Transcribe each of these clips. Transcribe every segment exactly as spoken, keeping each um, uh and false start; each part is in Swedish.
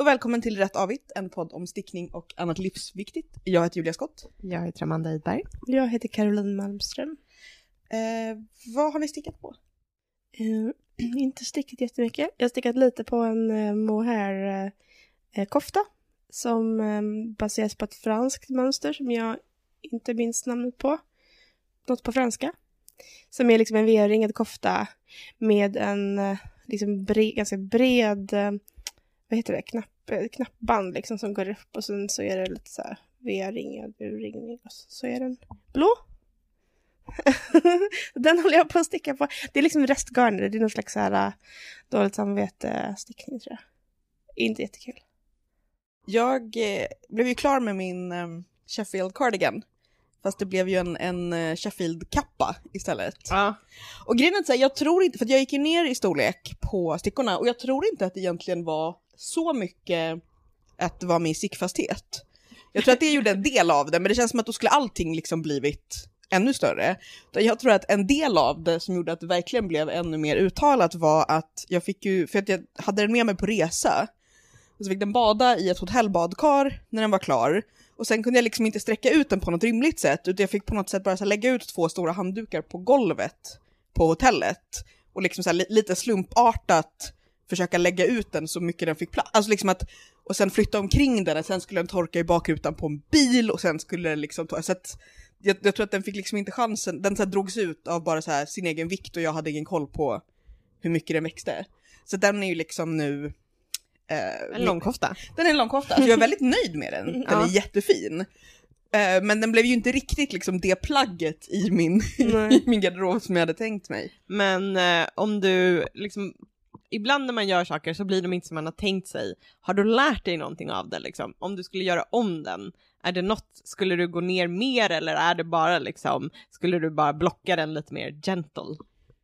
och välkommen till Rätt Avigt, en podd om stickning och annat livsviktigt. Jag heter Julia Skott. Jag heter Amanda Idberg. Jag heter Caroline Malmström. Eh, vad har ni stickat på? Eh, inte stickat jättemycket. Jag har stickat lite på en eh, mohair eh, kofta som eh, baseras på ett franskt mönster som jag inte minns namnet på. Något på franska. Som är liksom en V-ringad kofta med en eh, liksom bre- ganska bred eh, vad heter det? Knapp, eh, knappband liksom som går upp och sen så är det lite så här V-ringad urringning och så, så är den blå. Den håller jag på att sticka på. Det är liksom restgarner. Det är någon slags så här dåligt samvete stickning tror jag. Inte jättekul. Jag eh, blev ju klar med min eh, Sheffield cardigan. Fast det blev ju en, en uh, Sheffield-kappa istället. Ja. Och grejen är att jag tror inte, för jag gick ju ner i storlek på stickorna. Och jag tror inte att det egentligen var så mycket att det var min stickfasthet. Jag tror att det gjorde en del av det. Men det känns som att då skulle allting liksom blivit ännu större. Jag tror att en del av det som gjorde att det verkligen blev ännu mer uttalat var att jag fick ju, för att jag hade den med mig på resa. Och så fick den bada i ett hotellbadkar när den var klar. Och sen kunde jag liksom inte sträcka ut den på något rimligt sätt. Utan jag fick på något sätt bara så lägga ut två stora handdukar på golvet på hotellet. Och liksom så här, li- lite slumpartat försöka lägga ut den så mycket den fick plats. Alltså liksom att, och sen flytta omkring den. Och sen skulle den torka i bakrutan på en bil. Och sen skulle den liksom ta, så att jag, jag tror att den fick liksom inte chansen. Den så här drogs ut av bara så här sin egen vikt. Och jag hade ingen koll på hur mycket den växte. Så den är ju liksom nu... Uh, en långkofta. Den är en långkofta. Alltså jag är väldigt nöjd med den. Den ja. är jättefin. Uh, men den blev ju inte riktigt liksom det plagget i min, i min garderob som jag hade tänkt mig. Men uh, om du liksom... Ibland när man gör saker så blir de inte som man har tänkt sig. Har du lärt dig någonting av det liksom? Om du skulle göra om den, är det något, skulle du gå ner mer eller är det bara liksom, skulle du bara blocka den lite mer gentle?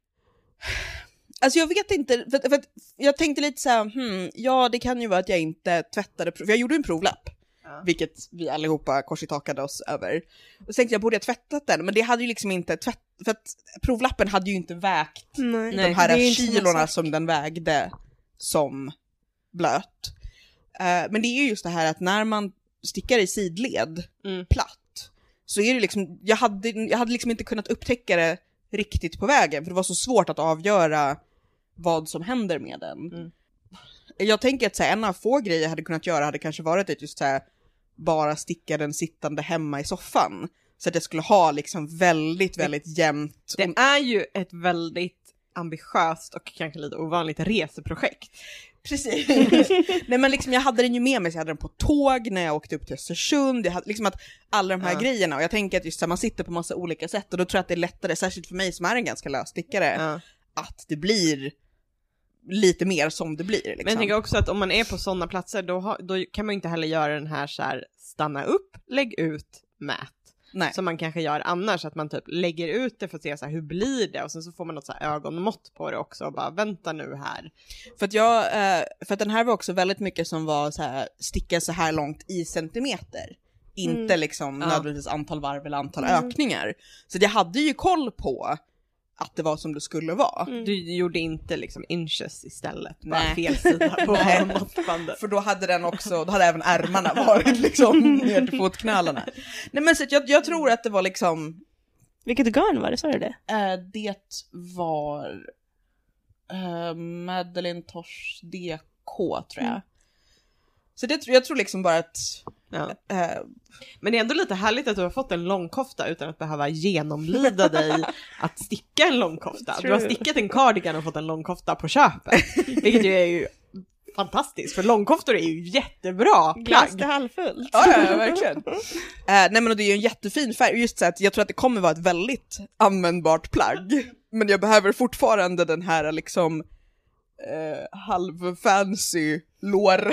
Alltså jag vet inte, för, för jag tänkte lite så här, hmm, ja det kan ju vara att jag inte tvättade, för jag gjorde en provlapp. Ja. Vilket vi allihopa korsitakade oss över. Och så tänkte jag, borde jag tvättat den? Men det hade ju liksom inte tvätt, för att provlappen hade ju inte vägt Nej. de här kilorna som den vägde som blöt. Uh, men det är ju just det här att när man stickar i sidled mm. platt, så är det liksom, jag hade, jag hade liksom inte kunnat upptäcka det riktigt på vägen, för det var så svårt att avgöra vad som händer med den. Mm. Jag tänker att så här, en av få grejer jag hade kunnat göra hade kanske varit att just så här, bara sticka den sittande hemma i soffan. Så att jag skulle ha liksom väldigt, väldigt jämnt. Det är ju ett väldigt ambitiöst och kanske lite ovanligt reseprojekt. Precis. Nej men liksom jag hade den ju med mig, så jag hade den på tåg när jag åkte upp till Östersund. Jag hade liksom att alla de här ja. grejerna, och jag tänker att just så här, man sitter på massa olika sätt, och då tror jag att det är lättare, särskilt för mig som är en ganska lösstickare, ja. att det blir lite mer som det blir. Liksom. Men jag tänker också att om man är på sådana platser, då, ha, då kan man ju inte heller göra den här så här, stanna upp, lägg ut, mät. Nej. Som man kanske gör annars, att man typ lägger ut det för att se så här, hur blir det, och sen så får man något så här ögonmått på det också och bara vänta nu här. För att jag, för att den här var också väldigt mycket som var så här, sticka så här långt i centimeter. Inte mm. liksom ja. nödvändigtvis antal varv eller antal mm. ökningar. Så jag hade ju koll på att det var som det skulle vara. Mm. Du gjorde inte liksom inches istället. Bara Nej. fel sida på måttbandet. För då hade den också, då hade även ärmarna varit liksom ner till fotknölarna. Nej men så jag, jag tror att det var liksom... Vilket garn var det, sa du det? Äh, det var äh, Madeleine Tosh D K tror jag. Mm. Så det, jag tror liksom bara att... Ja. Äh, men det är ändå lite härligt att du har fått en långkofta utan att behöva genomlida dig att sticka en långkofta. Du har stickat en cardigan och fått en långkofta på köpet. Vilket ju är ju fantastiskt, för långkoftor är ju jättebra plagg. Glas är halvfullt. Ja, ja, ja, verkligen. uh, nej men det är ju en jättefin färg. Just så att jag tror att det kommer vara ett väldigt användbart plagg. Men jag behöver fortfarande den här liksom uh, halvfancy lår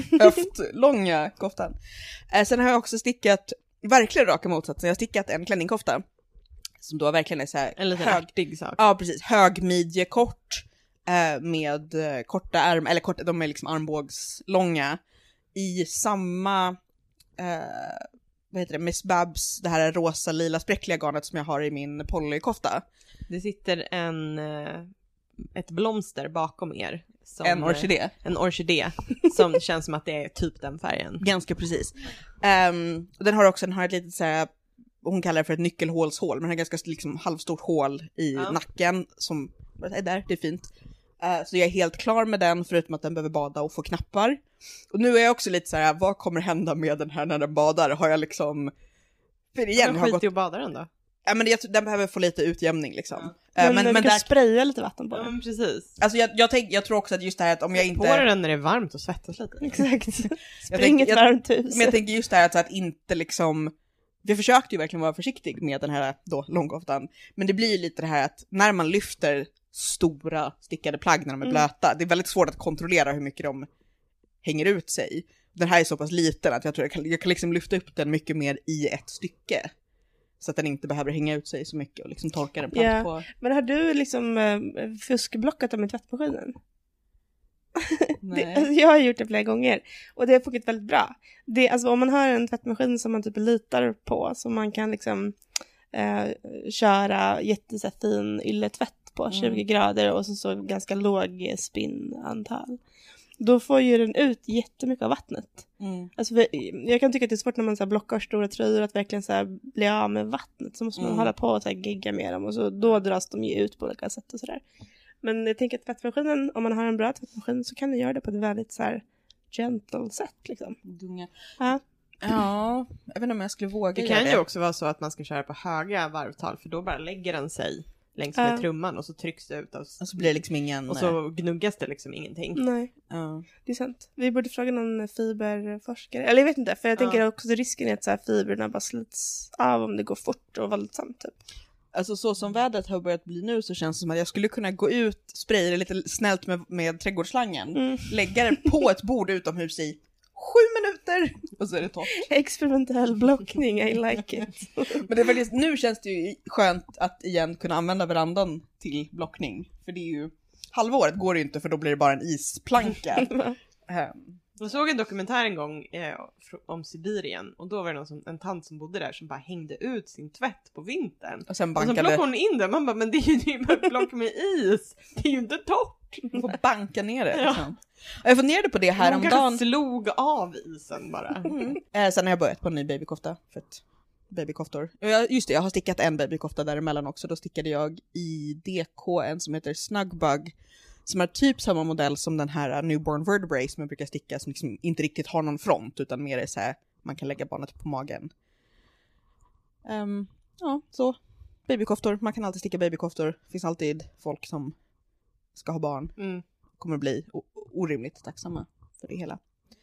höftlånga koftan. Uh, sen har jag också stickat verkligen raka motsatsen. Jag har stickat en klänningkofta som då verkligen är så här en liten hög sak. Ja, precis. Högmidjekort eh, med eh, korta ärm eller korta, de är liksom armbågslånga i samma eh, vad heter det, Miss Babs, det här rosa lila spräckliga garnet som jag har i min polykofta. Det sitter en ett blomster bakom er som, En orkidé. En orkidé som känns som att det är typ den färgen. Ganska precis. Um, den har också den har ett litet så här, hon kallar det för ett nyckelhålshål, men den har ganska liksom halvstort hål i ja. nacken som är där, det är fint. Uh, så jag är helt klar med den, förutom att den behöver bada och få knappar. Och nu är jag också lite så här, vad kommer hända med den här när den badar? Har jag liksom... För igen, men har skit gått... i att bada den då? Ja, men jag, den behöver få lite utjämning liksom. Ja. Uh, Men, men, men men du kan där... spraya lite vatten på Ja, den. men precis. Alltså jag, jag, tänk, jag tror också att just det här att om jag inte... På den när det är varmt och svettas lite. Exakt. Jag Spring ett tänk- varmt hus. Men jag tänker just det här att, så att inte liksom... Vi försökte ju verkligen vara försiktig med den här då långkoftan. Men det blir ju lite det här att när man lyfter stora stickade plagg när de är Mm. blöta, det är väldigt svårt att kontrollera hur mycket de hänger ut sig. Den här är så pass liten att jag tror jag kan, jag kan liksom lyfta upp den mycket mer i ett stycke. Så att den inte behöver hänga ut sig så mycket och liksom torka den platt Ja. på. Men har du liksom äh, fuskblockat dem i tvättmaskinen? Det, alltså, jag har gjort det flera gånger och det har funkat väldigt bra. Det, alltså, om man har en tvättmaskin som man typ litar på, som man kan liksom äh, köra jättefin ylletvätt på Mm. tjugo grader och så, så ganska låg spinnantal. Då får ju den ut jättemycket av vattnet. Mm. Alltså, för, jag kan tycka att det är svårt när man så här, blockar stora tröjor att verkligen så här, bli av med vattnet. Så måste man Mm. hålla på och så här, gigga med dem och så, då dras de ju ut på olika sätt och sådär. Men jag tänker att tvättmaskinen, om man har en bra tvättmaskin så kan du göra det på ett väldigt så här gentle sätt liksom. Dunga. Ja. Ja, jag vet inte om jag skulle våga Det göra kan det. ju också vara så att man ska köra på höga varvtal, för då bara lägger den sig längs med Ja. trumman och så trycks det ut och, Och så blir det liksom ingen... och så gnuggas det liksom ingenting. Nej, Ja. det är sant. Vi borde fråga någon fiberforskare. Eller jag vet inte, för jag Ja. tänker också att risken är att så här, fibrerna bara slits av om det går fort och våldsamt typ. Alltså så som vädret har börjat bli nu så känns det som att jag skulle kunna gå ut, spraya det lite snällt med, med trädgårdsslangen, Mm. lägga det på ett bord utomhus i sju minuter och så är det torrt. Experimentell blockning, I like it. Men det är faktiskt, nu känns det ju skönt att igen kunna använda verandan till blockning. För det är ju, halvåret går det ju inte för då blir det bara en isplanka. um, Jag såg en dokumentär en gång eh, om Sibirien och då var det någon som, en tant som bodde där som bara hängde ut sin tvätt på vintern. och sen Och så bankade, plockade hon in den, man bara, men det är ju det är bara ett block med is, det är ju inte torrt. man får banka ner det. Ja. Liksom. Och jag får ner det på det Hon häromdagen. kanske slog av isen bara. Mm. Eh, sen har jag börjat på en ny babykofta. För att babykoftor. Och jag, just det, jag har stickat en babykofta däremellan också. Då stickade jag i D K en som heter Snugbug. Som är typ samma modell som den här Newborn Vertebrae som jag brukar sticka. Som liksom inte riktigt har någon front utan mer är så här, man kan lägga barnet på magen. Um, ja, så. Babykoftor. Man kan alltid sticka babykoftor. Det finns alltid folk som ska ha barn. Mm. Kommer att bli o- orimligt tacksamma för det hela.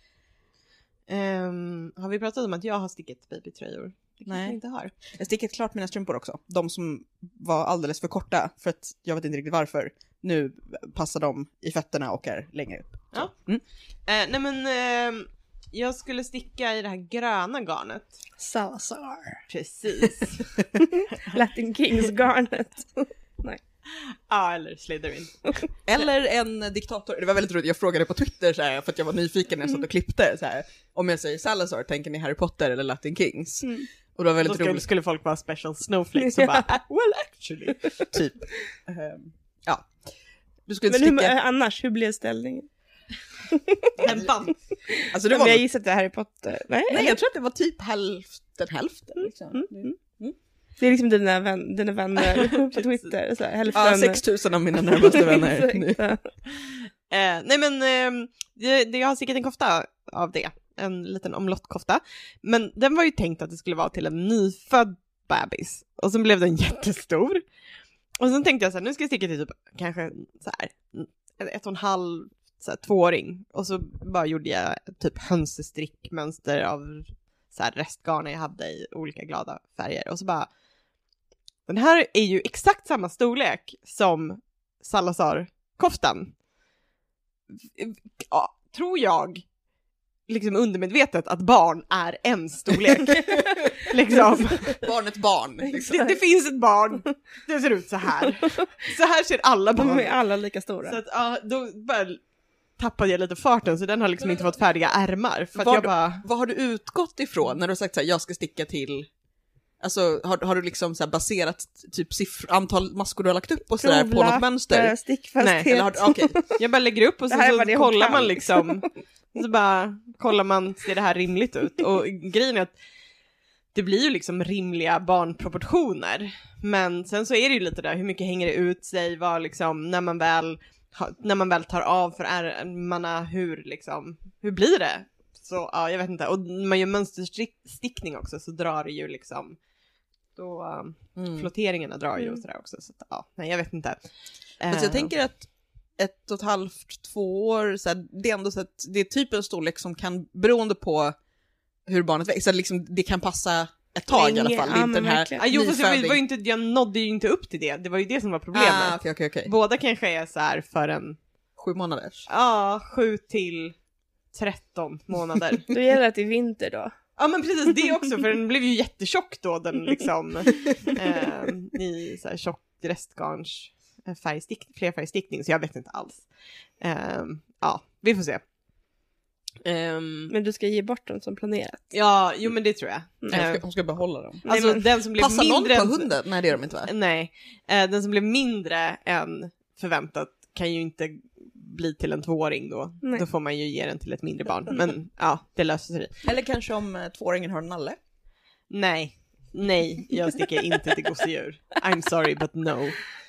Um, har vi pratat om att jag har stickat babytröjor? Det kanske Nej. jag inte har. Jag har stickat klart mina strumpor också. De som var alldeles för korta. För att jag vet inte riktigt varför. Nu passar de i fötterna och är längre upp. Ja. Mm. Eh, nej men eh, jag skulle sticka i det här gröna garnet. Salazar. Precis. Latin Kings garnet. Nej. Ja, eller Slytherin. Eller en diktator. Det var väldigt roligt. Jag frågade på Twitter så här, för att jag var nyfiken när jag satt och klippte. Så här, om jag säger Salazar, tänker ni Harry Potter eller Latin Kings? Mm. Och det var Då väldigt skulle, roligt. skulle folk vara special snowflakes och bara, "Ah, well actually. Typ. Um, ja. Du skulle Men sticka... hur, annars, hur blev ställningen? En band. Alltså det Om var... jag gissar att det är Harry Potter. Nej, Nej, jag tror att det var typ hälften hälften. Liksom. Mm, mm. Det är liksom dina, vän, dina vänner på Twitter. Så här, hälften... Ja, sex tusen av mina närmaste vänner. Exakt, ja. Eh, nej men eh, det, det, jag har stickat en kofta av det. En liten omlottkofta. Men den var ju tänkt att det skulle vara till en nyfödd bebis. Och sen blev den jättestor. Och sen tänkte jag så här, nu ska jag sticka till typ kanske så här ett och en halv så här, tvååring. Och så bara gjorde jag typ hönsestrickmönster av så här restgarner jag hade i olika glada färger. Och så bara, den här är ju exakt samma storlek som Salazar-koftan. Ja, tror jag liksom undermedvetet att barn är en storlek. liksom. Barnet barn. Liksom. det, det finns ett barn, det ser ut så här. Så här ser alla De barn. är alla lika stora. Så att, ja, då bara tappade jag lite farten, så den har liksom inte fått färdiga ärmar. För att Var jag du- bara... Vad har du utgått ifrån när du har sagt så här, jag ska sticka till Alltså har, har du liksom så här baserat typ siffr- antal maskor du har lagt upp och sådär på något mönster? Stickfasthet. Nej, eller har, okay. Jag bara lägger upp och så, så så kollar man liksom. Så bara kollar man, ser det här rimligt ut? Och grejen är att det blir ju liksom rimliga barnproportioner. Men sen så är det ju lite där, hur mycket hänger det ut sig? Vad liksom, när man väl, när man väl tar av för ärmarna, hur liksom, hur blir det? Så ja, jag vet inte. Och man gör mönsterstickning också, så drar det ju liksom, då mm. flotteringarna drar ju och sådär också. Så att, ja, nej jag vet inte. Men så jag tänker att ett och ett halvt, två år, så här, det är ändå så att det är typ en storlek som kan, beroende på hur barnet växer, så liksom, det kan passa ett tag Länge, i alla fall. Ja, inte den här ah, jo, fast jag, var ju inte, jag nådde ju inte upp till det. Det var ju det som var problemet. Ah, okay, okay, okay. Båda kanske är så här för en... Sju månaders? Ja, sju till tretton månader. Då gäller det att det är vinter då. Ja, men precis det också, för den blev ju jättetjock då, den liksom eh, i så här tjock restgarns färgstick, flerfärgstickning, så jag vet inte alls. Eh, ja, vi får se. Um, men du ska ge bort dem som planerat. Ja, jo men det tror jag. Nej, jag ska, hon ska behålla dem. Alltså nej, den som blev passa mindre någon på hunden? Nej, det är de inte va? Nej, uh, den som blev mindre än förväntat kan ju inte bli till en tvååring då. Nej. Då får man ju ge den till ett mindre barn. Men ja, det löser sig. Eller kanske om uh, tvååringen har en nalle? Nej, nej, jag sticker inte till gosedjur. I'm sorry but no.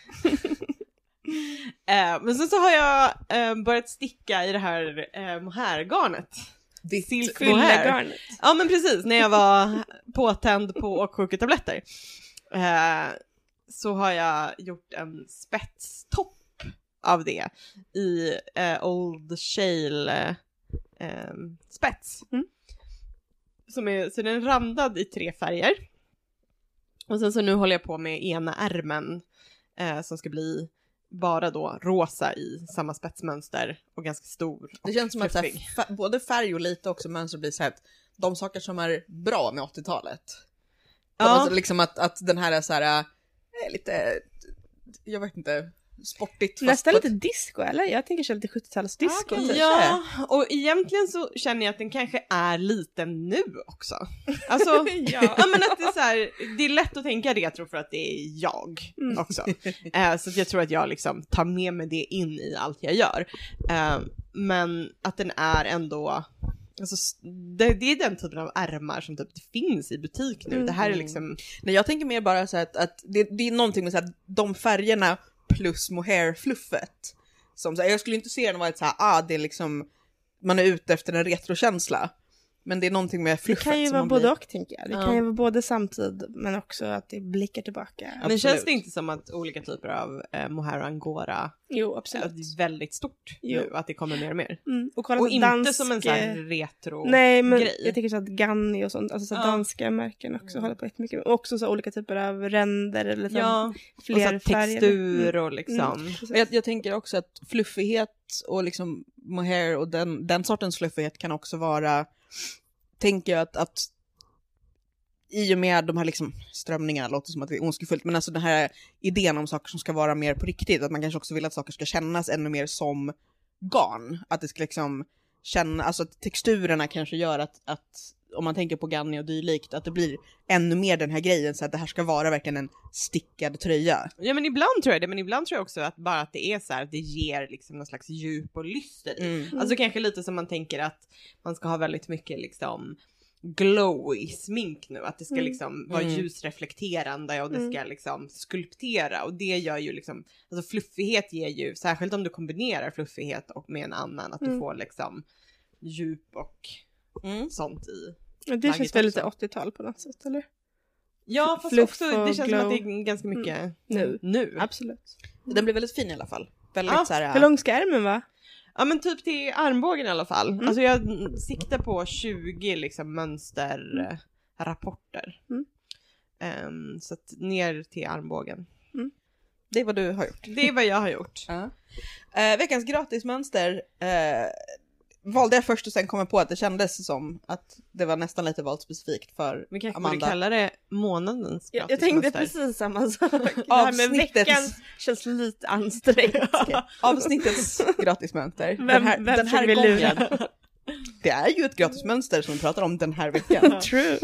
Uh, men sen så har jag uh, börjat sticka i det här uh, mohairgarnet. Ditt fyllegarnet. Ja men precis, när jag var påtänd på åksjuketabletter uh, så har jag gjort en spetstopp av det i uh, Old Shale uh, um, spets. Mm. Som är, så den är randad i tre färger. Och sen så nu håller jag på med ena ärmen uh, som ska bli bara då rosa i samma spetsmönster och ganska stor. Det känns som att så här, f- både färg och lite också mönster blir så här, de saker som är bra med åttiotalet. Ja. Alltså, liksom att, att den här är så här är lite, jag vet inte, sportigt. Nästan lite disco, eller? Jag tänker köra lite sjuttiotalsdisco. Ja, ja, och egentligen så känner jag att den kanske är lite nu också. Alltså, ja. ja men att det är så här, det är lätt att tänka retro för att det är jag mm. också. Uh, så att jag tror att jag liksom tar med mig det in i allt jag gör. Uh, men att den är ändå... Alltså, det, det är den typen av ärmar som typ finns i butik nu. Mm. Det här är liksom... Nej, jag tänker mer bara så att, att det, det är någonting med så här, de färgerna plus mohair-fluffet. Som så här, jag skulle inte se den vara ett så här, ah, det är liksom, man är ute efter en retroskänsla. Men det är någonting med fluffet. Det kan ju som vara man både blir... och, tänker jag. Det ja. kan ju vara både samtid, men också att det blickar tillbaka. Men absolut. Känns det inte som att olika typer av eh, mohair och angora jo, absolut. är väldigt stort jo. nu, att det kommer mer och mer? Mm. Och, och inte dansk... som en sån här retro Nej, men grej. Jag tänker så att Ganni och sånt, alltså så ja. danska märken också mm. håller på jättemycket. Och också så olika typer av ränder eller så ja. fler och så textur och liksom. Mm. Jag, jag tänker också att fluffighet och liksom mohair och den, den sortens fluffighet kan också vara, tänker jag att, att i och med de här liksom strömningarna, låter som att det är ondskefullt, men alltså den här idén om saker som ska vara mer på riktigt, att man kanske också vill att saker ska kännas ännu mer som garn, att det ska liksom känna, alltså att texturerna kanske gör att, att om man tänker på Ganni och dylikt, att det blir ännu mer den här grejen, så att det här ska vara verkligen en stickad tröja. Ja, men ibland tror jag det, men ibland tror jag också att bara att det är så här, det ger liksom någon slags djup och lyster i. Mm. Alltså kanske lite som man tänker att man ska ha väldigt mycket liksom glowy smink nu, att det ska liksom vara mm. ljusreflekterande och det ska liksom skulptera, och det gör ju liksom, alltså fluffighet ger ju, särskilt om du kombinerar fluffighet och med en annan, att mm. du får liksom djup och mm. sånt i. Ja, det känns väl lite åttiotal på något sätt, eller? Ja, fast Fluff också, det känns glow. som att det är ganska mycket mm. nu. nu. Absolut. Den blir väldigt fin i alla fall. Väldigt ja, så här, hur lång ska ärmen va? Ja, men typ till armbågen i alla fall. Mm. Alltså jag siktar på tjugo liksom mönsterrapporter. Mm. Um, så att ner till armbågen. Mm. Det är vad du har gjort. Det är vad jag har gjort. uh. Uh, veckans gratismönster uh, valde jag först och sen kom jag på att det kändes som att det var nästan lite valt specifikt för Vi kanske Amanda. borde kalla det månadens gratismönster. Jag tänkte precis samma sak. Det här med veckan känns lite ansträngt. Okay. Avsnittets gratismönster. Vem, den här, vem den här vi gången. Det är ju ett gratismönster som vi pratar om den här veckan. True.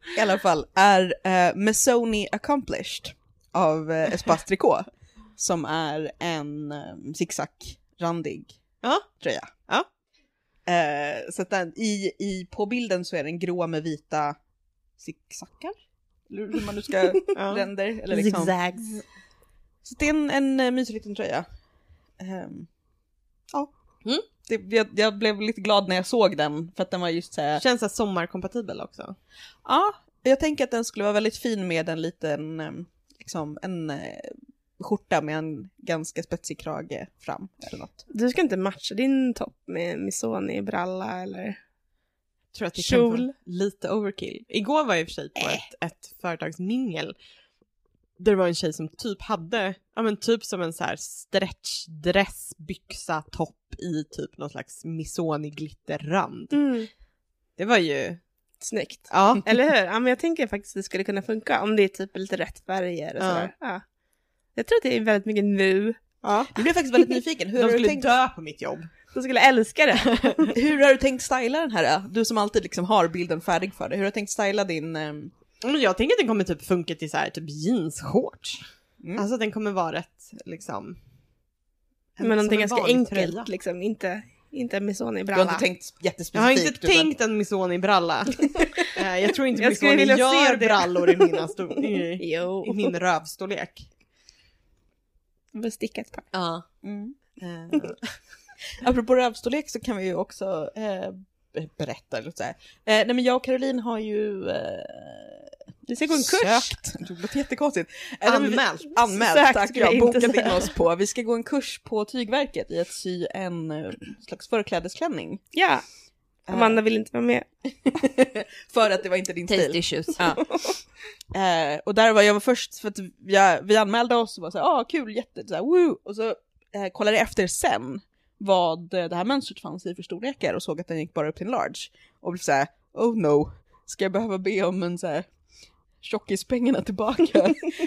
I alla fall är uh, Missoni Accomplished av uh, Espace Tricot, som är en um, zigzag-randig Ja. tröja. Ja. Uh, så att den, i, i, på bilden så är den grå med vita zigzaggar, eller hur man nu ska Ja. ränder. Eller liksom. Zigzags. Så det är en, en uh, mysig liten tröja. Um, ja. Mm. Det, jag, jag blev lite glad när jag såg den, för att den var just så här. Känns det sommarkompatibel också? Ja, jag tänker att den skulle vara väldigt fin med en liten um, liksom en uh, skjorta med en ganska spetsig krage fram eller något. Du ska inte matcha din topp med Missoni bralla eller Tror att det kjol. kan vara lite overkill. Igår var jag i och för sig på Äh. ett, ett företagsmingel. Där det var en tjej som typ hade, ja men typ som en så här stretchdress, byxa, topp i typ någon slags Missoni glitterrand. Mm. Det var ju, Snyggt. ja. Eller hur? Ja, men jag tänker faktiskt att det skulle kunna funka om det är typ lite rätt färger och Ja. sådär. Ja. Jag tror att det är väldigt mycket nu. Ja. Jag blev faktiskt väldigt nyfiken. Hur De har, du skulle tänkt, dö på mitt jobb. De skulle älska det. hur har du tänkt styla den här? Du som alltid liksom har bilden färdig för dig. Hur har du tänkt styla din... Um... Men jag tänker att den kommer typ funka till så här typ jeansshorts. Mm. Alltså den kommer vara rätt liksom. Men någonting som en ganska vanlig enkelt, tröja. liksom. Inte, inte Missoni Du har bralla. inte tänkt jättespecifikt. Jag har inte utan... tänkt en Missoni-bralla. Eh, jag tror inte Jag skulle Missoni vilja se gör det. brallor i, mina sto- i, Jo. i min rövstorlek. Bara sticka ett par. Ja. Mm. Eh, Apropå rövstorlek så kan vi ju också eh, berätta lite så här. Eh, nej men jag och Caroline har ju eh, Vi ska gå en kurs. sökt. Det låter jättekonstigt. Eh, nej, men vi- Anmält. Anmält, Sökt tack. skulle jag Jag inte bokat in säga. oss på. Vi ska gå en kurs på Tygverket i att sy en eh, slags förklädesklänning. Ja. Amanda vill inte vara med. För att det var inte din stil. issues. Ja. Eh, och där var jag var först för att jag, vi anmälde oss och var så här, ah kul, jätte, så här, woo! Och så eh, kollade jag efter sen vad eh, det här mönstret fanns i för storlekar och såg att den gick bara upp till en large. Och blev så här, oh no, ska jag behöva be om en så här tjockispengarna tillbaka?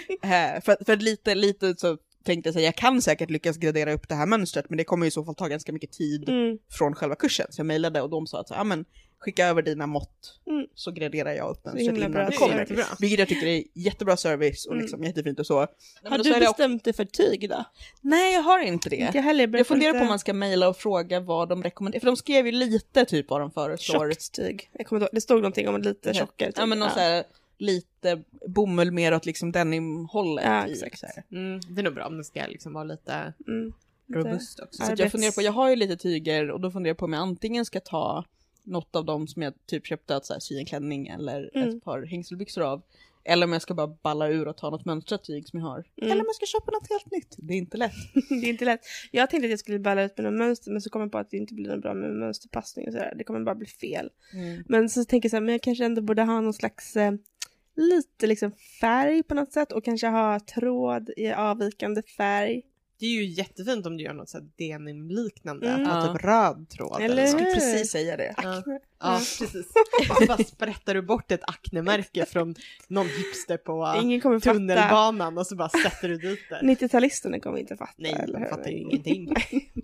eh, för, för lite, lite så tänkte jag säga, jag kan säkert lyckas gradera upp det här mönstret, men det kommer i så fall ta ganska mycket tid Mm. från själva kursen. Så jag mejlade och de sa att så, ja men skicka över dina mått Mm. så graderar jag upp Så mönstret himla innan bra det Det är kommer. jättebra. Vilket jag tycker är jättebra service och Mm. liksom jättefint och så. Har du bestämt dig för tyg då? Nej, jag har inte det. Inte jag heller. Jag funderar på om man ska mejla och fråga vad de rekommenderar. För de skrev ju lite typ vad de föreslår. Tjockt tyg. Jag kommer inte ihåg. Det stod någonting om lite tjockare tyg. Ja, men någon så här, lite bomull mer åt liksom denimhållet. Ja, i, exakt. så här. Mm, det är nog bra om det ska liksom vara lite Mm. robust också. Så att Arbets- jag funderar på, jag har ju lite tyger och då funderar jag på om jag antingen ska ta något av dem som jag typ köpte att så här, sy en klänning eller Mm. ett par hängselbyxor av. Eller om jag ska bara balla ur och ta något mönstrat tyg som jag har. Mm. Eller om jag ska köpa något helt nytt. Det är inte lätt. Det är inte lätt. Jag tänkte att jag skulle balla ut med något mönster, men så kom jag på att det inte blir något bra med mönsterpassning och sådär. Det kommer bara bli fel. Mm. Men så tänker jag så här, men jag kanske ändå borde ha någon slags eh, lite liksom färg på något sätt och kanske ha tråd i avvikande färg. Det är ju jättefint om du gör något så här denim-liknande. Mm. Att ha Ja. typ röd tråd. Eller så. hur? Jag skulle precis säga det. Ja. Ja. Ja, precis. Och så bara sprättar du bort ett aknemärke från någon hipster på Ingen kommer fatta. tunnelbanan och så bara sätter du dit det. nittio-talisterna kommer inte fatta. Nej, eller de hur? fattar ju ingenting.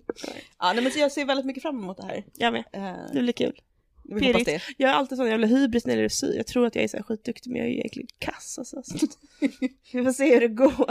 Ja, nej, men så jag ser väldigt mycket fram emot det här. Jag med. Eh, Det blir kul. vi hoppas det. Jag är alltid sån jävla hybris när det är sy. Jag tror att jag är så här skitduktig, men jag är ju egentligen kass. Alltså. Så vi får se hur det går.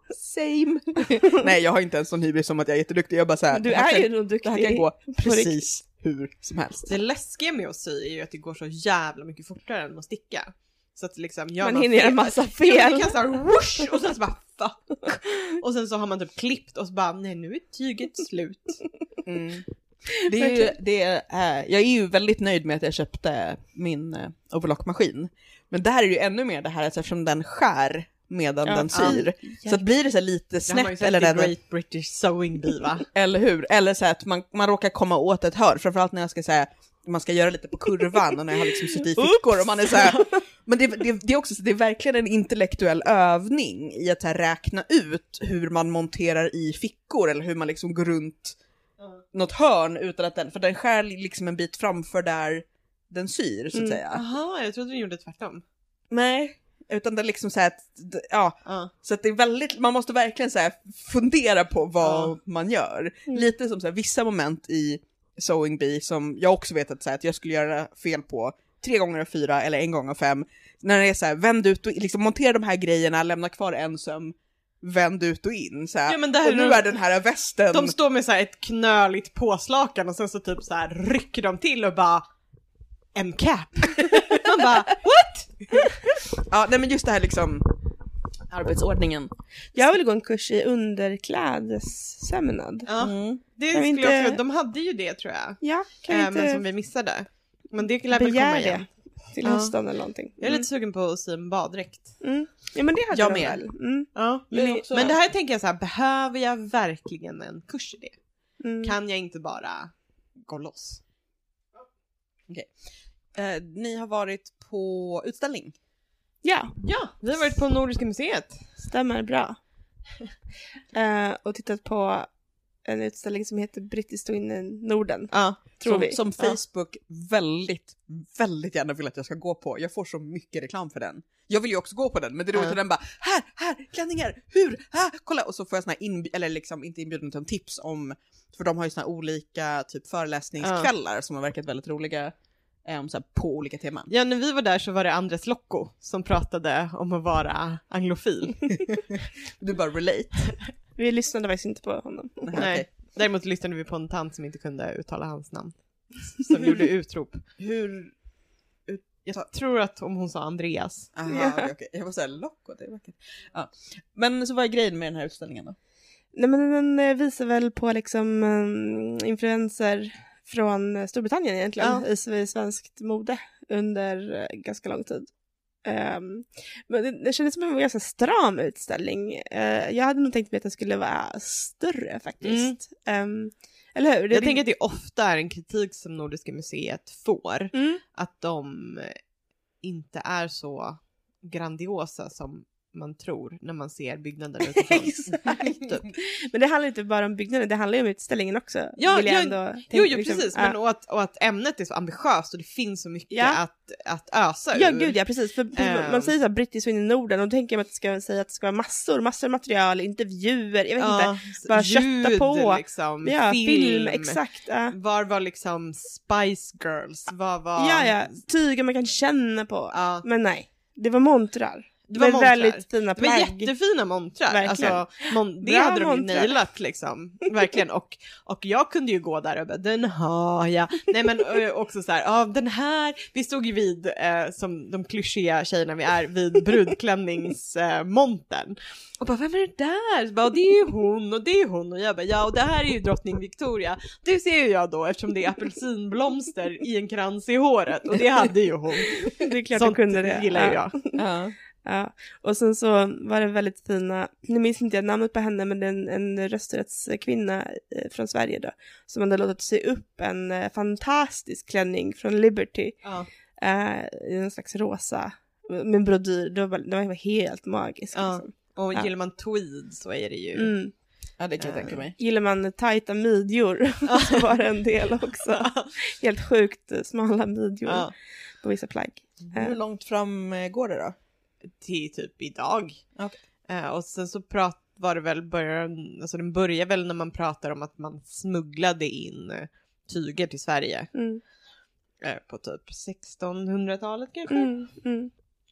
Same. Nej, jag har inte ens sån hybris som att jag är jätteduktig. Jag bara så här, Du det här är kan, ju nog det här duktig. kan gå på precis hur som helst. Det läskiga med att sy är ju att det går så jävla mycket fortare än att sticka. Så att liksom gör Man man, hinner göra fel- massa Ja, fel. men det kan så här whoosh, och sen så bara fuck. Och sen så har man typ klippt och så bara nej, nu är tyget slut. Mm. Det är ju, det är, jag är ju väldigt nöjd med att jag köpte min uh, overlockmaskin. Men där är det ju ännu mer det här att eftersom den skär medan Ja, den syr. ja. Så att blir det så här lite Det har man ju snett sett eller i den, Great British Sewing Bee, va? eller hur? Eller så här att man, man råkar komma åt ett hörn. Framförallt när jag ska säga man ska göra lite på kurvan och när jag har liksom sytt i fickor och man är så här. Men det, det, det är också så det är verkligen en intellektuell övning i att så här räkna ut hur man monterar i fickor eller hur man liksom går runt något hörn utan att den, för den skär liksom en bit framför där den syr så att Mm. säga. Jaha, jag trodde du gjorde tvärtom. Nej, utan det är liksom så här att, ja, Ja. så att det är väldigt, man måste verkligen så här fundera på vad Ja. man gör. Mm. Lite som så här, vissa moment i Sewing Bee som jag också vet att, så här, att jag skulle göra fel på tre gånger av fyra eller en gång av fem. när det är så här, vänd ut och liksom montera de här grejerna, lämna kvar en söm, vänd ut och in så här. Ja, men det här och nu är är den här västen. De står med så här ett knöligt påslakan och sen så typ så här rycker de till och bara en cap. Man bara, what? Ja, nej men just det här liksom arbetsordningen. Jag vill gå en kurs i underklädessömnad. Ja, Mm. det Kan vi skulle inte- jag också, de hade ju det tror jag. Ja, kan vi Eh, inte men som vi missade. Men det lär väl komma begära igen. det till Ja. hösten eller någonting? Jag är lite sugen på att sy en baddräkt. Mm. Ja, men det hade Jag de med. väl. Mm. Ja. Men Men, också- men det här tänker jag så här, behöver jag verkligen en kurs i det? Mm. Kan jag inte bara gå loss? Eh, ni har varit på utställning. Ja, Ja, vi har varit på Nordiska museet. stämmer bra. Eh, och tittat på en utställning som heter Brittiskt och in i Norden, Ja. tror som, vi. som Ja. Facebook väldigt, väldigt gärna vill att jag ska gå på. Jag får så mycket reklam för den. Jag vill ju också gå på den, men det är roligt Ja. att den bara, här, här, klänningar, hur, här, kolla. Och så får jag såna här inb- eller liksom inte inbjudning utan tips om, för de har ju såna här olika typ föreläsningskvällar som har verkat väldigt roliga um, så här, på olika teman. Ja, när vi var där så var det Andres Locco som pratade om att vara anglofil. Du bara relate. Vi lyssnade faktiskt inte på honom. Nej, Nej. okej. Däremot lyssnade vi på en tant som inte kunde uttala hans namn. Som gjorde utrop. Hur, Jag tror att om hon sa Andreas. aha, Ja. okej, okej. Jag var såhär, lock, det är vackert. Ja. Men så vad är grejen med den här utställningen då? Nej, men den eh, visar väl på liksom um, influenser från eh, Storbritannien egentligen Ja. i, i svenskt mode under eh, ganska lång tid. Um, men det, det kändes som en ganska stram utställning. Uh, jag hade nog tänkt mig att den skulle vara större faktiskt. Um, eller hur? Det, Jag tänker att det ofta är en kritik som Nordiska museet får. Mm. Att de inte är så grandiosa som man tror när man ser byggnaden utifrån. Exakt. Typ. Men det handlar inte bara om byggnaden, det handlar ju om utställningen också. Ja, vill jag ja, ändå tänka, Jo, jo liksom. precis. Ja. Men, och, att, och att ämnet är så ambitiöst och det finns så mycket Ja. att, att ösa Ja, ur. gud ja, precis. För, för Ehm. man säger så här, brittiskt och in i Norden, och då tänker man att det ska säga att det ska vara massor, massor av material, intervjuer, jag vet Ja, inte. bara ljud, kötta på. Liksom, Ja, film. film, exakt. Ja. Var var liksom Spice Girls? Var var... ja, ja, tyger man kan känna på. Ja. Men nej, det var montrar. Det var Med montrar. väldigt fina Det var plagg. jättefina montrar. Verkligen. Alltså, mon- det Bra hade de ju montrar. nailat liksom. Verkligen. Och, och jag kunde ju gå där och bara, den har jag. Nej men ö, också så här, ja den här, vi stod ju vid, eh, som de klyschiga tjejerna vi är, vid brudklänningsmontern. Eh, och bara, vem är det där? Så bara, det är ju hon och det är hon. Och jag bara, ja och det här är ju drottning Victoria. Det ser ju jag då eftersom det är apelsinblomster i en krans i håret. Och det hade ju hon. Det är klart Sånt de kunde det. gillar ju Ja. jag. Ja. Ja, och sen så var det väldigt fina, nu minns inte jag namnet på henne, men det är en, en rösträttskvinna eh, från Sverige då, som hade låtit sig upp en eh, fantastisk klänning från Liberty, Ja. eh, i en slags rosa, med en brodyr, det var, det var helt magiskt. Ja. Liksom. Och Ja. gillar man tweed så är det ju... Mm. Ja, det kan jag tänka mig. Gillar man tajta midjor så var det en del också. Helt sjukt eh, smala midjor Ja. på vissa plagg. Hur långt fram eh, går det då? Till typ idag. Okej. Eh, och sen så prat, var det väl början, alltså den börjar väl när man pratar om att man smugglade in eh, tyger till Sverige Mm. eh, på typ sextonhundratalet kanske. Mm. Mm.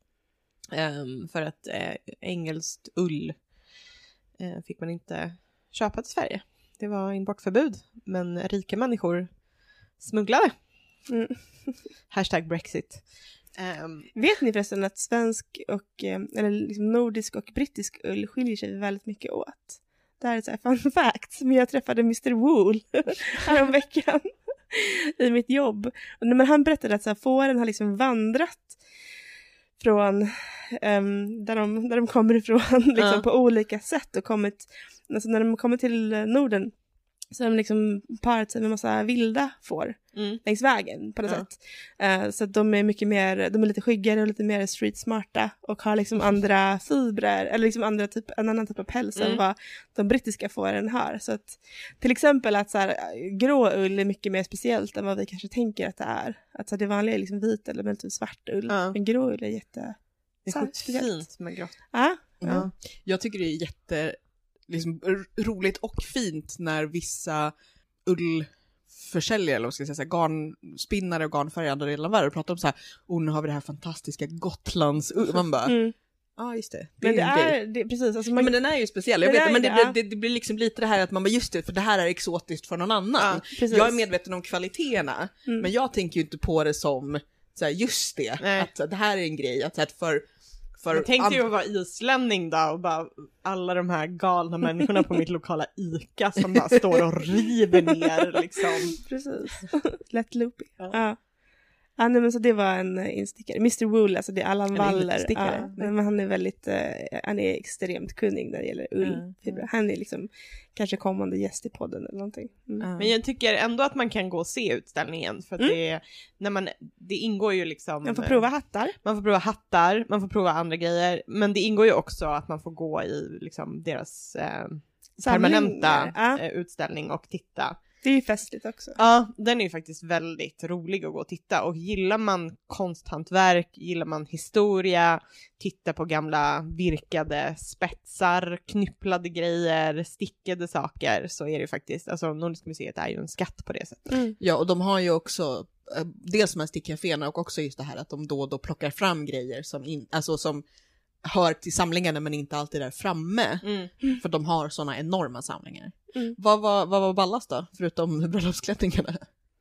Ehm, för att eh, engelskt ull eh, fick man inte köpa till Sverige. Det var importförbud, men rika människor smugglade. Mm. Hashtag Brexit. Ehm, Vet ni förresten att svensk och, eh, eller liksom nordisk och brittisk ull skiljer sig väldigt mycket åt? Det här är ett så här fun fact, men jag träffade mister Wool häromveckan i mitt jobb. Och när man, han berättade att så här, fåren har liksom vandrat från um, där, de, där de kommer ifrån liksom, Ja. på olika sätt och kommit, alltså när de kommer till Norden så har de liksom parat sig med massa vilda får mm. längs vägen på något Ja. sätt. Uh, så att de är mycket mer, de är lite skyggare och lite mer street smarta och har liksom andra fibrer, eller liksom andra typ, en annan typ av päls Mm. än vad de brittiska fåren har. Så att till exempel att så här, grå ull är mycket mer speciellt än vad vi kanske tänker att det är. Att så här, det vanliga är liksom vit eller men typ svart ull. Ja. Men grå ull är jätte... Det är Så här, sjukt speciellt. fint med grått. Ja. Ja. Jag tycker det är jätte liksom, r- roligt och fint när vissa försäljare, eller vad ska jag säga, så här, garnspinnare och garnfärgare i andra delar av världen och pratar om så här, oh, nu har vi det här fantastiska Gotlands, man bara, ja Mm. ah, just det. Det Men det är en grej. är, det, precis, alltså Ja, man, men den är ju speciell, jag Den vet, är men ju det, det, det, det, det blir liksom lite det här att man bara, just det, för det här är exotiskt för någon annan. ja, precis. Jag är medveten om kvaliteterna, Mm. men jag tänker ju inte på det som så här, just det, Nej. att så här, det här är en grej, att så här, för, för Jag tänkte ju and- att vara islänning då och bara alla de här galna människorna på mitt lokala Ica som bara står och river ner liksom. Precis. Lätt loopy. Ja. Ja. Ja, nej, men så det var en uh, instickare. mister Wool, alltså det är Allan Eller Waller. instickare. Ja, men han är väldigt, uh, han är extremt kunnig när det gäller ullfibrer. Mm. Han är liksom kanske kommande gäst i podden eller någonting. Mm. Ja. Men jag tycker ändå att man kan gå och se utställningen för att Mm. det, när man, det ingår ju liksom Man får prova hattar. man får prova hattar, man får prova andra grejer, men det ingår ju också att man får gå i liksom deras eh, permanenta Samlingar. Ja, eh, utställning och titta. det är ju festligt också. Ja, den är ju faktiskt väldigt rolig att gå och titta och gillar man konsthantverk, gillar man historia, titta på gamla virkade spetsar, knypplade grejer, stickade saker, så är det faktiskt, alltså Nordiska museet är ju en skatt på det sättet. Mm. Ja, och de har ju också eh, dels de här stickcaféerna och också just det här att de då och då plockar fram grejer som, in, alltså som hör till samlingarna men inte alltid är framme. Mm. För de har såna enorma samlingar. Mm. Vad var, vad var ballast då? Förutom bröllopsklänningarna?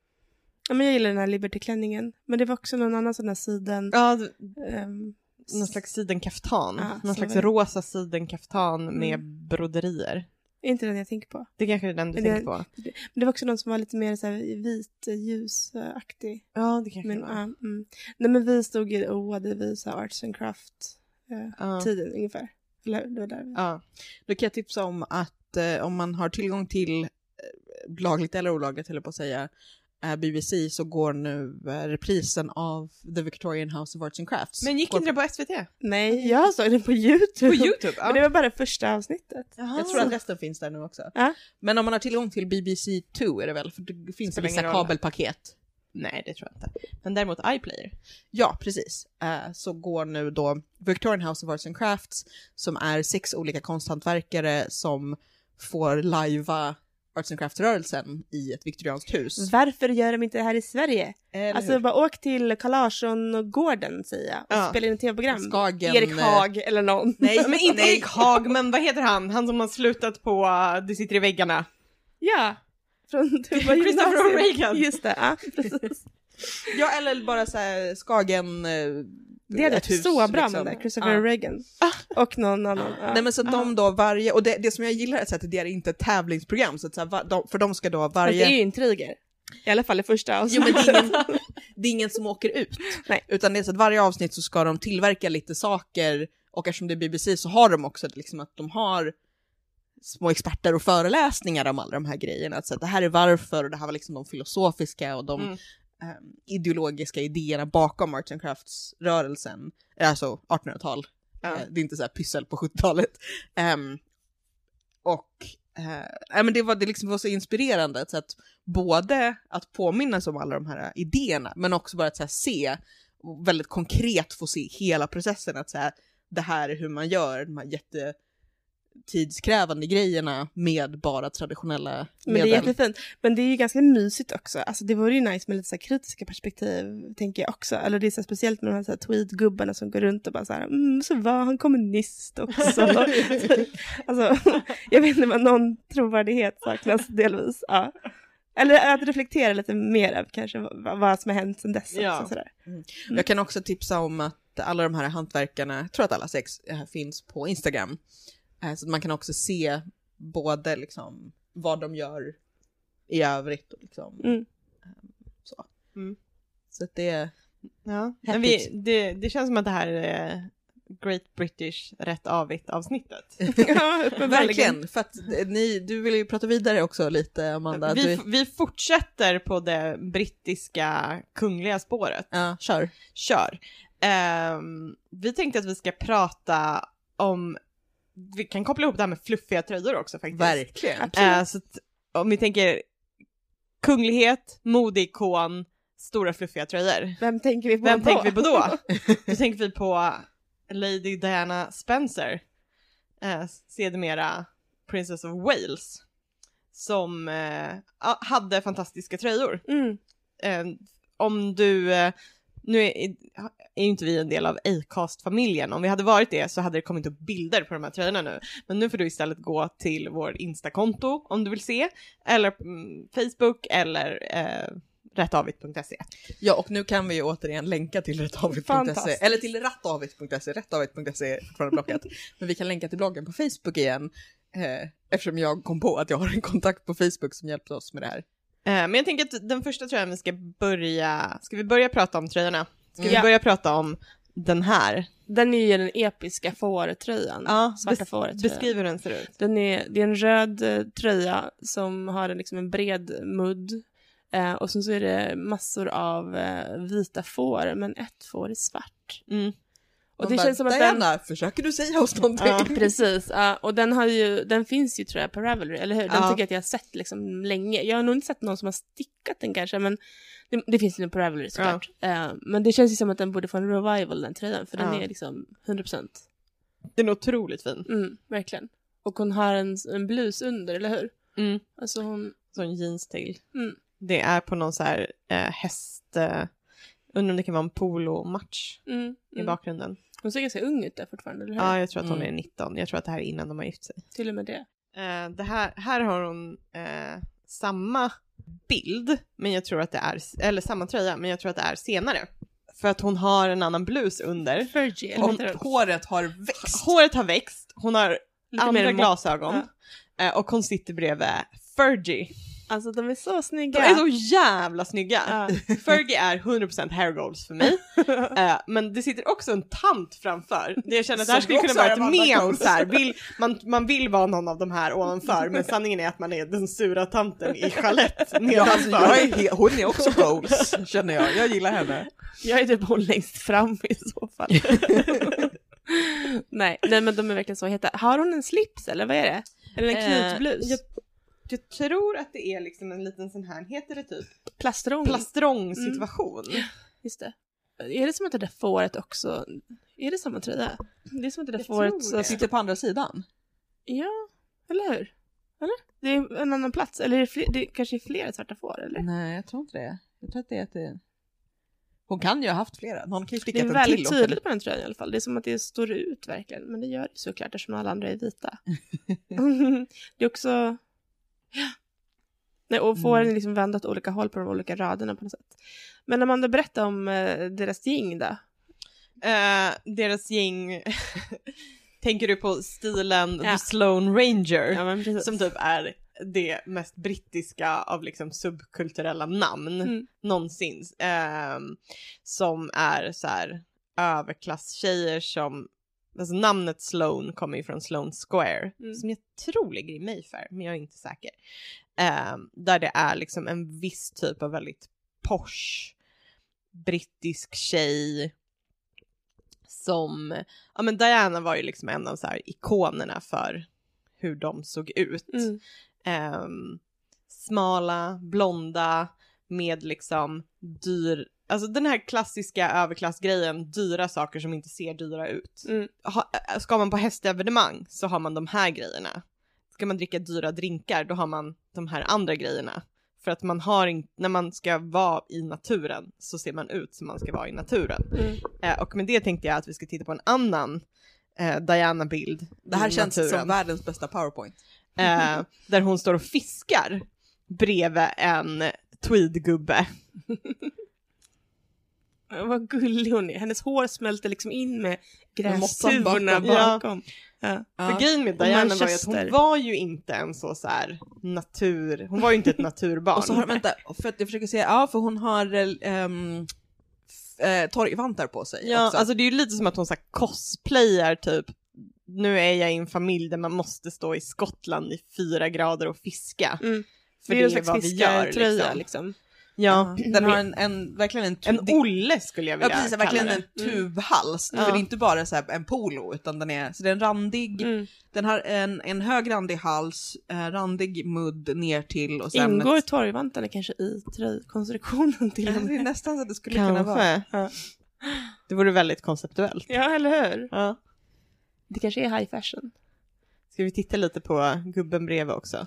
Ja, men jag gillar den här Liberty-klänningen. Men det var också någon annan sån här siden. Ja, d- ehm, någon slags sidenkaftan, Ja, någon så slags var det. rosa sidenkaftan med Mm. broderier. är inte den jag tänker på. Det kanske är den du Det- tänker på. Men det var också någon som var lite mer så här vit, eh, ljusaktig. Ja, det kanske Men, det var. ja, mm. Nej, men vi stod ju och hade vi så här arts and craft eh, Ja. tiden ungefär. Eller det var där vi... Ja. Då kan jag tipsa om att eh, om man har tillgång till eh, lagligt eller olagligt, eller på att säga, eh, B B C, så går nu eh, reprisen av The Victorian House of Arts and Crafts. Men gick går inte det på S V T? Nej, jag såg den på YouTube. På YouTube? Men det var bara första avsnittet. Jaha. Jag tror att resten finns där nu också. Ja. Men om man har tillgång till B B C två är det väl, för det finns det Spelar vissa ingen roll. kabelpaket. Nej, det tror jag inte. Men däremot iPlayer. Ja, precis. Eh, så går nu då Victorian House of Arts and Crafts, som är sex olika konsthantverkare som får lajva Arts and Crafts-rörelsen i ett viktorianskt hus. Varför gör de inte det här i Sverige? Eller Alltså hur? bara åk till Carl Larsson-gården, säger jag. Och Ja. spela in ett tv-program. Skagen, Erik eh, Haag eller någon. Nej, Men inte nej. Erik Haag, men vad heter han? Han som har slutat på uh, Det sitter i väggarna. Ja. Från Christopher Reagan. Just det, ja, precis. Ja, eller bara så här Skagen... eh, Det hade ett varit hus, så bra liksom. med det, Christopher Ja. Reagan. Och någon annan. Ja. Nej, men så att de då varje, och det, det som jag gillar är att det är inte ett tävlingsprogram, så att så här, va- de, för de ska då Fast varje... det är ju intriger. I alla fall i första Jo, avsnittet. men det är, ingen, det är ingen som åker ut. Nej. Utan det är så att varje avsnitt så ska de tillverka lite saker, och eftersom det är B B C så har de också liksom att de har små experter och föreläsningar om alla de här grejerna. Så att det här är varför, och det här var liksom de filosofiska och de Mm. eh, ideologiska idéerna bakom Arts and Crafts-rörelsen. Alltså artonhundratal. Ja. Eh, det är inte så här pyssel på sjuttiotalet. Ehm, och eh, nej, men det var, det liksom var så inspirerande, så att både att påminnas om alla de här idéerna, men också bara att så här, se, och väldigt konkret få se hela processen, att så här, det här är hur man gör de här jättetidskrävande grejerna med bara traditionella Men det är medel. jättefint. Men det är ju ganska mysigt också. Alltså det vore ju nice med lite så här kritiska perspektiv, tänker jag också. Eller det är så speciellt med de här, så här tweet-gubbarna som går runt och bara så här, mm, så var han kommunist också. Alltså, jag vet inte vad någon trovärdighet saknas delvis. Ja. Eller att reflektera lite mer av kanske vad, vad som har hänt sedan dess. Ja. Också, sådär. Jag kan också tipsa om att alla de här hantverkarna, jag tror att alla sex eh, finns på Instagram. Eh, så att man kan också se både liksom vad de gör i övrigt. Och liksom, Mm. så. Mm. Så att det är... Ja. Men vi, det, det känns som att det här är Great British rätt avigt avsnittet. Ja, uppenbarligen. Verkligen, för att eh, ni, du vill ju prata vidare också lite, Amanda. Vi, Du, vi fortsätter på det brittiska kungliga spåret. ja, kör. Kör. Ehm, vi tänkte att vi ska prata om, vi kan koppla ihop det här med fluffiga tröjor också faktiskt. Verkligen. Eh, så att, om vi tänker kunglighet, modeikon, stora fluffiga tröjor. Vem tänker vi på Vem då? tänker vi på då? Då tänker vi på Lady Diana Spencer, eh, sedermera Princess of Wales. som eh, hade fantastiska tröjor. Mm. Eh, om du, eh, nu är, är inte vi en del av Acast-familjen. Om vi hade varit det så hade det kommit upp bilder på de här tröjorna nu. Men nu får du istället gå till vår Insta-konto om du vill se. Eller mm, Facebook eller eh, rättavit punkt se. Ja, och nu kan vi ju återigen länka till rättavit punkt se. Fantastiskt. Eller till rattavit punkt se. Rättavit punkt se är fortfarande blockat. Men vi kan länka till bloggen på Facebook igen. Eh, eftersom jag kom på att jag har en kontakt på Facebook som hjälpte oss med det här. Eh, men jag tänker att den första tröjan vi ska börja... Ska vi börja prata om tröjorna? Ska Mm. vi börja prata om den här? Den är ju den episka fårtröjan. Ja, Svarta bes- fårtröjan. beskriv hur den ser ut. Den är, det är en röd eh, tröja som har en, liksom en bred mudd. Eh, och sen så är det massor av eh, vita får, men ett får är svart. Mm. Och det bara, känns som att den... Diana, försöker du säga oss någonting? Ja, precis. Ja, och den har ju, den finns ju tror jag på Ravelry, eller hur? Den Ja. tycker jag att jag har sett liksom länge. Jag har nog inte sett någon som har stickat den kanske, men det, det finns ju på Ravelry såklart. Eh, men det känns ju som att den borde få en revival, den tröjan, för den Ja. är liksom hundra procent. Den är otroligt fin. Mm, verkligen. Och hon har en, en blus under, eller hur? Mm. Alltså hon... Sån jeans till. Mm. Det är på någon så här eh, häst... Eh, undrar om det kan vara en polo-match Mm, i mm. bakgrunden. Hon ser ganska ung ut där fortfarande, eller hur? Ja, jag tror att hon Mm. är nitton. Jag tror att det här är innan de har gift sig. Till och med det. Eh, det här, här har hon eh, samma bild, men jag tror att det är, eller samma tröja, men jag tror att det är senare. För att hon har en annan blus under. Fergie, Och eller hon... håret har växt. Håret har växt, hon har Lite andra mer mock. glasögon. Eh, och hon sitter bredvid Fergie. Alltså de är så De snygga. är så jävla snygga. Ja. Fergie är hundra procent hair goals för mig. Eh, men det sitter också en tant framför. Det jag känner att det här Som skulle kunna också vara är ett Amanda mem. Goals. Så här. Vill, man, man vill vara någon av de här ovanför, men sanningen är att man är den sura tanten i Chalette Ja, nedanför. alltså, jag är he- hon är också goals, känner jag. Jag gillar henne. Jag är typ hon längst fram i så fall. nej, nej, men de är verkligen så heta. Har hon en slips eller vad är det? Eller en Eh, knutblus? jag, jag tror att det är liksom en liten sån här, heter det typ? Plastrång. Plastrong-situation. Just det. Är det som att det där fåret också... Är det samma tröja? Det är som att det där Jag fåret... tror Så... det. Sitter på andra sidan. Ja, eller hur? Eller? Det är en annan plats. Eller är det, fler... det kanske är flera svarta får, eller? Nej, jag tror inte det. Jag tror att det är att det... Hon kan ju ha haft flera. Någon kan ju Det sticka är en väldigt till. tydligt på den tröjan i alla fall. Det är som att det står ut verkligen. Men det gör det såklart eftersom alla andra är vita. Det är också... Nej, och får Mm. liksom vända åt olika håll på de olika raderna på något sätt. Men Amanda, berätta om eh, deras gäng då. Eh, deras gäng... Tänker du på stilen Ja. The Sloane Ranger? Ja, men precis. Som typ är det mest brittiska av liksom subkulturella namn Mm. någonsin. Ehm, som är så här överklasstjejer som... Alltså namnet Sloane kommer ju från Sloane Square. Mm. Som jag tror ligger i Mayfair, men jag är inte säker. Ehm, där det är liksom en viss typ av väldigt posh brittisk tjej som, ja men Diana var ju liksom en av så här ikonerna för hur de såg ut. Mm. Ehm, smala, blonda, med liksom dyr, alltså den här klassiska överklassgrejen, dyra saker som inte ser dyra ut. Mm. Ha, ska man på hästevenemang så har man de här grejerna. Ska man dricka dyra drinkar då har man de här andra grejerna. För att man har inte, när man ska vara i naturen så ser man ut som man ska vara i naturen. Mm. Eh, och med det tänkte jag att vi ska titta på en annan eh, Diana-bild. Det här i känns naturen. som världens bästa powerpoint. Eh, där hon står och fiskar bredvid en tweedgubbe. Vad gullig hon är. Hennes hår smälter liksom in med Med mottan grästuvorna bakom. bakom. Ja. Ja. För grejen med Och Diana var ju att Manchester. hon var ju inte en så, så här natur... Hon var ju inte ett naturbarn. Och så har, vänta, för att jag försöker säga, ja för hon har um, äh, torgvantar på sig Ja, också. alltså det är ju lite som att hon så här cosplayar typ. Nu är jag i en familj där man måste stå i Skottland i fyra grader och fiska. Mm. För det är det en är slags vad vi gör fiskartröja liksom. liksom. Ja, Ja, den har en, en verkligen en, en det- Olle skulle jag Ja vilja precis, kalla verkligen det. en tubhals. Ja. För det är inte bara så här en polo utan den är, så det är en randig, Mm. den har en, en hög randig hals, eh, randig mudd ner till och sen Ingår ett, torgvantarna kanske i tröjkonstruktionen till och det är med? nästan så att det skulle kunna vara. Kanske. Ja. Det vore väldigt konceptuellt. Ja, eller hur? Ja. Det kanske är high fashion. Ska vi titta lite på gubben bredvid också?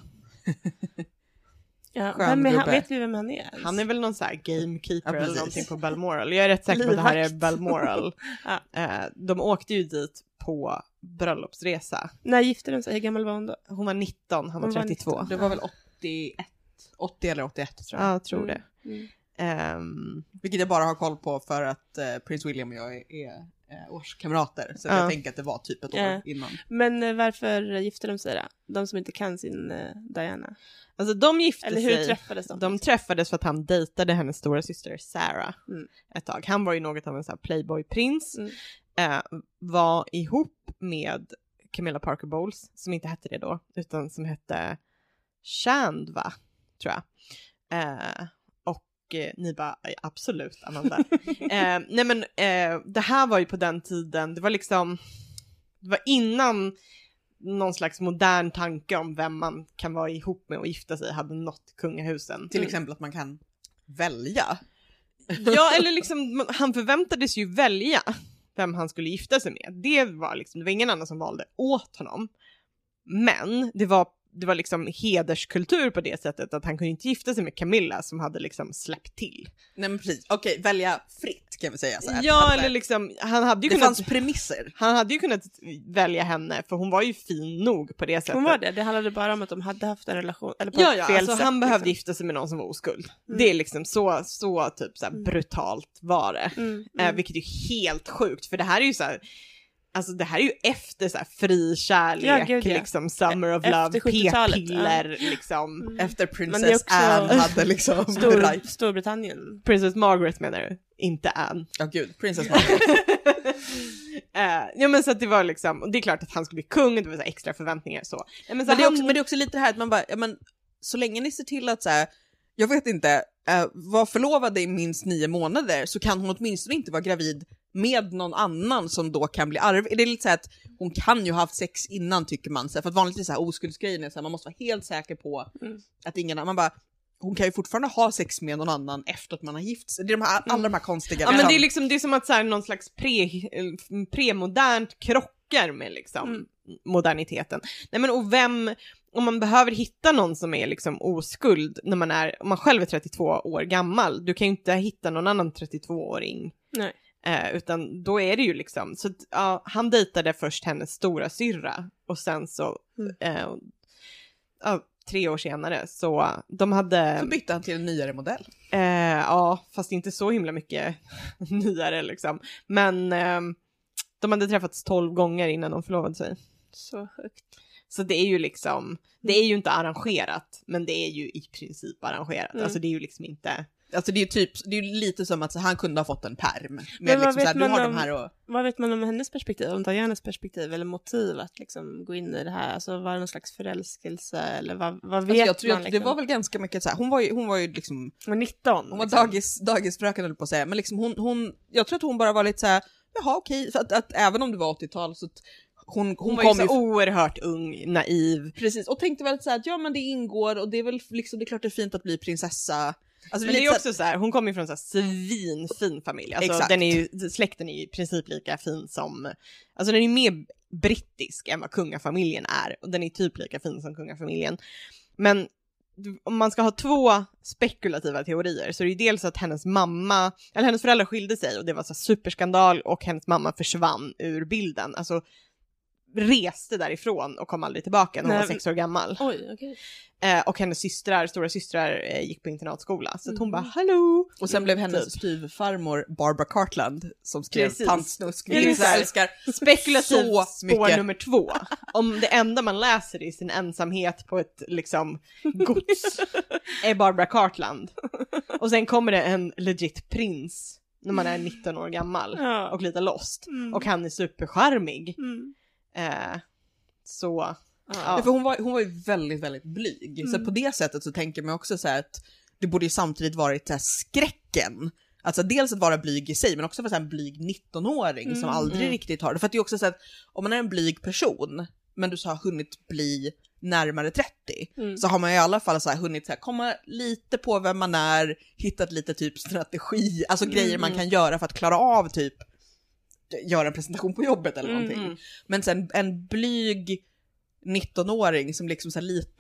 Ja, Skön vem är han? gubbe. Vet vi vem han är? Han är väl någon så här gamekeeper Ja, eller precis. någonting på Balmoral. Jag är rätt säker på att det här är Livvakt. Balmoral. Ja. eh, de åkte ju dit på bröllopsresa. När gifte de sig? Hur gammal var hon då? Hon var nitton, han var Hon var trettiotvå. nitton. Det var väl åttioett, åttio eller åttioett tror jag. Ja, jag tror det. Mm. Ehm, Vilket jag bara har koll på för att eh, Prince William och jag är, är eh, årskamrater. Så att Ja. jag tänker att det var typ ett år Ja. innan. Men eh, varför gifte de sig då? De som inte kan sin eh, Diana. alltså de gifte Eller hur sig. träffades de? De träffades för att han dejtade hennes stora syster Sarah Mm. ett tag. Han var ju något av en så här playboy-prins. Mm. Eh, var ihop med Camilla Parker Bowles, som inte hette det då, utan som hette Chandva, tror jag. Eh, och eh, ni bara, absolut Amanda. eh, nej men eh, det här var ju på den tiden, det var liksom, det var innan någon slags modern tanke om vem man kan vara ihop med och gifta sig hade nått kungahusen. Till exempel att man kan välja. Ja, eller liksom, han förväntades ju välja vem han skulle gifta sig med. Det var liksom, det var ingen annan som valde åt honom. Men det var, det var liksom hederskultur på det sättet att han kunde inte gifta sig med Camilla som hade liksom släppt till. Nej men precis, okej, välja fritt kan vi säga så här. Ja, Alltså, eller liksom, han hade ju det kunnat, fanns premisser. han hade ju kunnat välja henne för hon var ju fin nog på det sättet. Hon var det. Det handlade bara om att de hade haft en relation. Eller på Ja, ett ja, fel alltså sätt, han behövde liksom. gifta sig med någon som var oskuld. Mm. Det är liksom så, så typ så här Mm. brutalt var det. Mm, Eh, mm. vilket är helt sjukt, för det här är ju så här, alltså det här är ju efter så här fri kärlek, Ja, gud, ja. liksom Summer of Efter Love, sjuttiotalet, p-piller, liksom. Mm. Efter Men det är Princess också- Anne hade liksom... Stor, right. Storbritannien. Princess Margaret menar du, inte Anne. Ja gud, Princess Margaret. eh, ja men så att det var liksom, och det är klart att han skulle bli kung, det var så här extra förväntningar så. Nej, men så Men det, är han, också, men det är också lite det här att man bara, ja, men, så länge ni ser till att så här, jag vet inte, äh, var förlovade i minst nio månader så kan hon åtminstone inte vara gravid med någon annan som då kan bli arv. Det är lite så här att hon kan ju ha haft sex innan tycker man, så här, för att vanligtvis så här oskuldsgrejen är så här, man måste vara helt säker på Mm. att ingen annan, man bara, hon kan ju fortfarande ha sex med någon annan efter att man har gift sig. Det är de här, alla de här konstiga... ja men det är liksom, det är som att så här, någon slags pre, eh, premodernt krockar med liksom Mm. moderniteten. Nej men och vem, om man behöver hitta någon som är liksom oskuld när man är, om man själv är trettiotvå år gammal, du kan ju inte hitta någon annan trettiotvååring. Nej. Eh, utan då är det ju liksom, så att, ja, han dejtade först hennes stora syrra och sen så, Mm. eh, ja, tre år senare så de hade... Så bytte han till en nyare modell. Eh, ja, fast inte så himla mycket nyare liksom. Men eh, de hade träffats tolv gånger innan de förlovade sig. Så högt. Så det är ju liksom, det är ju inte arrangerat, men det är ju i princip arrangerat. Mm. Alltså det är ju liksom inte... Alltså det är ju typ, det är ju lite som att så, han kunde ha fått en perm. Med Men vad liksom så vet här, du man har om- de här och... Vad vet man om hennes perspektiv? Om Dianas perspektiv eller motiv att liksom gå in i det här? Alltså var det någon slags förälskelse eller vad, vad vet Alltså jag tror man? att Liksom? det var väl ganska mycket så här, hon var ju, hon var ju liksom, Hon var nitton. hon var liksom. dagis, dagisfröken höll på att säga, men liksom hon, hon, jag tror att hon bara var lite så här, jaha okej, för att, att även om det var åttiotal så att hon, hon, Hon var kom ju ju, så oerhört ung, naiv. precis, och tänkte väl så här att ja men det ingår och det är väl liksom, det är klart det är fint att bli prinsessa. Alltså, Men det är lite också så här, hon kommer ju från en så här svinfin familj. Alltså Exakt. den är ju, släkten är ju i princip lika fin som, alltså den är ju mer brittisk än vad kungafamiljen är. Och den är typ lika fin som kungafamiljen. Men om man ska ha två spekulativa teorier så är det ju dels att hennes mamma, eller hennes föräldrar skilde sig och det var så här superskandal och hennes mamma försvann ur bilden. Alltså reste därifrån och kom aldrig tillbaka när hon Nej, var sex år gammal. Oj, okej. Eh, och hennes systrar, stora systrar eh, gick på internatskola. Så att hon Mm. bara, hallå! Och sen blev hennes Typ. styvfarmor Barbara Cartland som skrev Precis. Tantsnusk, Det är vilket så jag här- älskar. Spekulativt Så spår mycket. nummer två. Om det enda man läser i sin ensamhet på ett liksom gods är Barbara Cartland. Och sen kommer det en legit prins när man är nitton år gammal Ja. och lite lost. Mm. Och han är supercharmig. Mm. Eh, så, Ja, ja. för hon var, hon var ju väldigt, väldigt blyg. Så Mm. på det sättet så tänker man också så här att det borde ju samtidigt varit så här skräcken. Alltså dels att vara blyg i sig, men också för en blyg nittonåring som Mm. aldrig Mm. riktigt har det. För att det är också så att om man är en blyg person, men du så har hunnit bli närmare trettio, Mm. så har man i alla fall så här hunnit så här komma lite på vem man är, hittat lite typ strategi, alltså Mm, grejer man mm. kan göra för att klara av typ göra en presentation på jobbet eller Mm, någonting. mm. Men sen en blyg nittonåring som liksom så här lite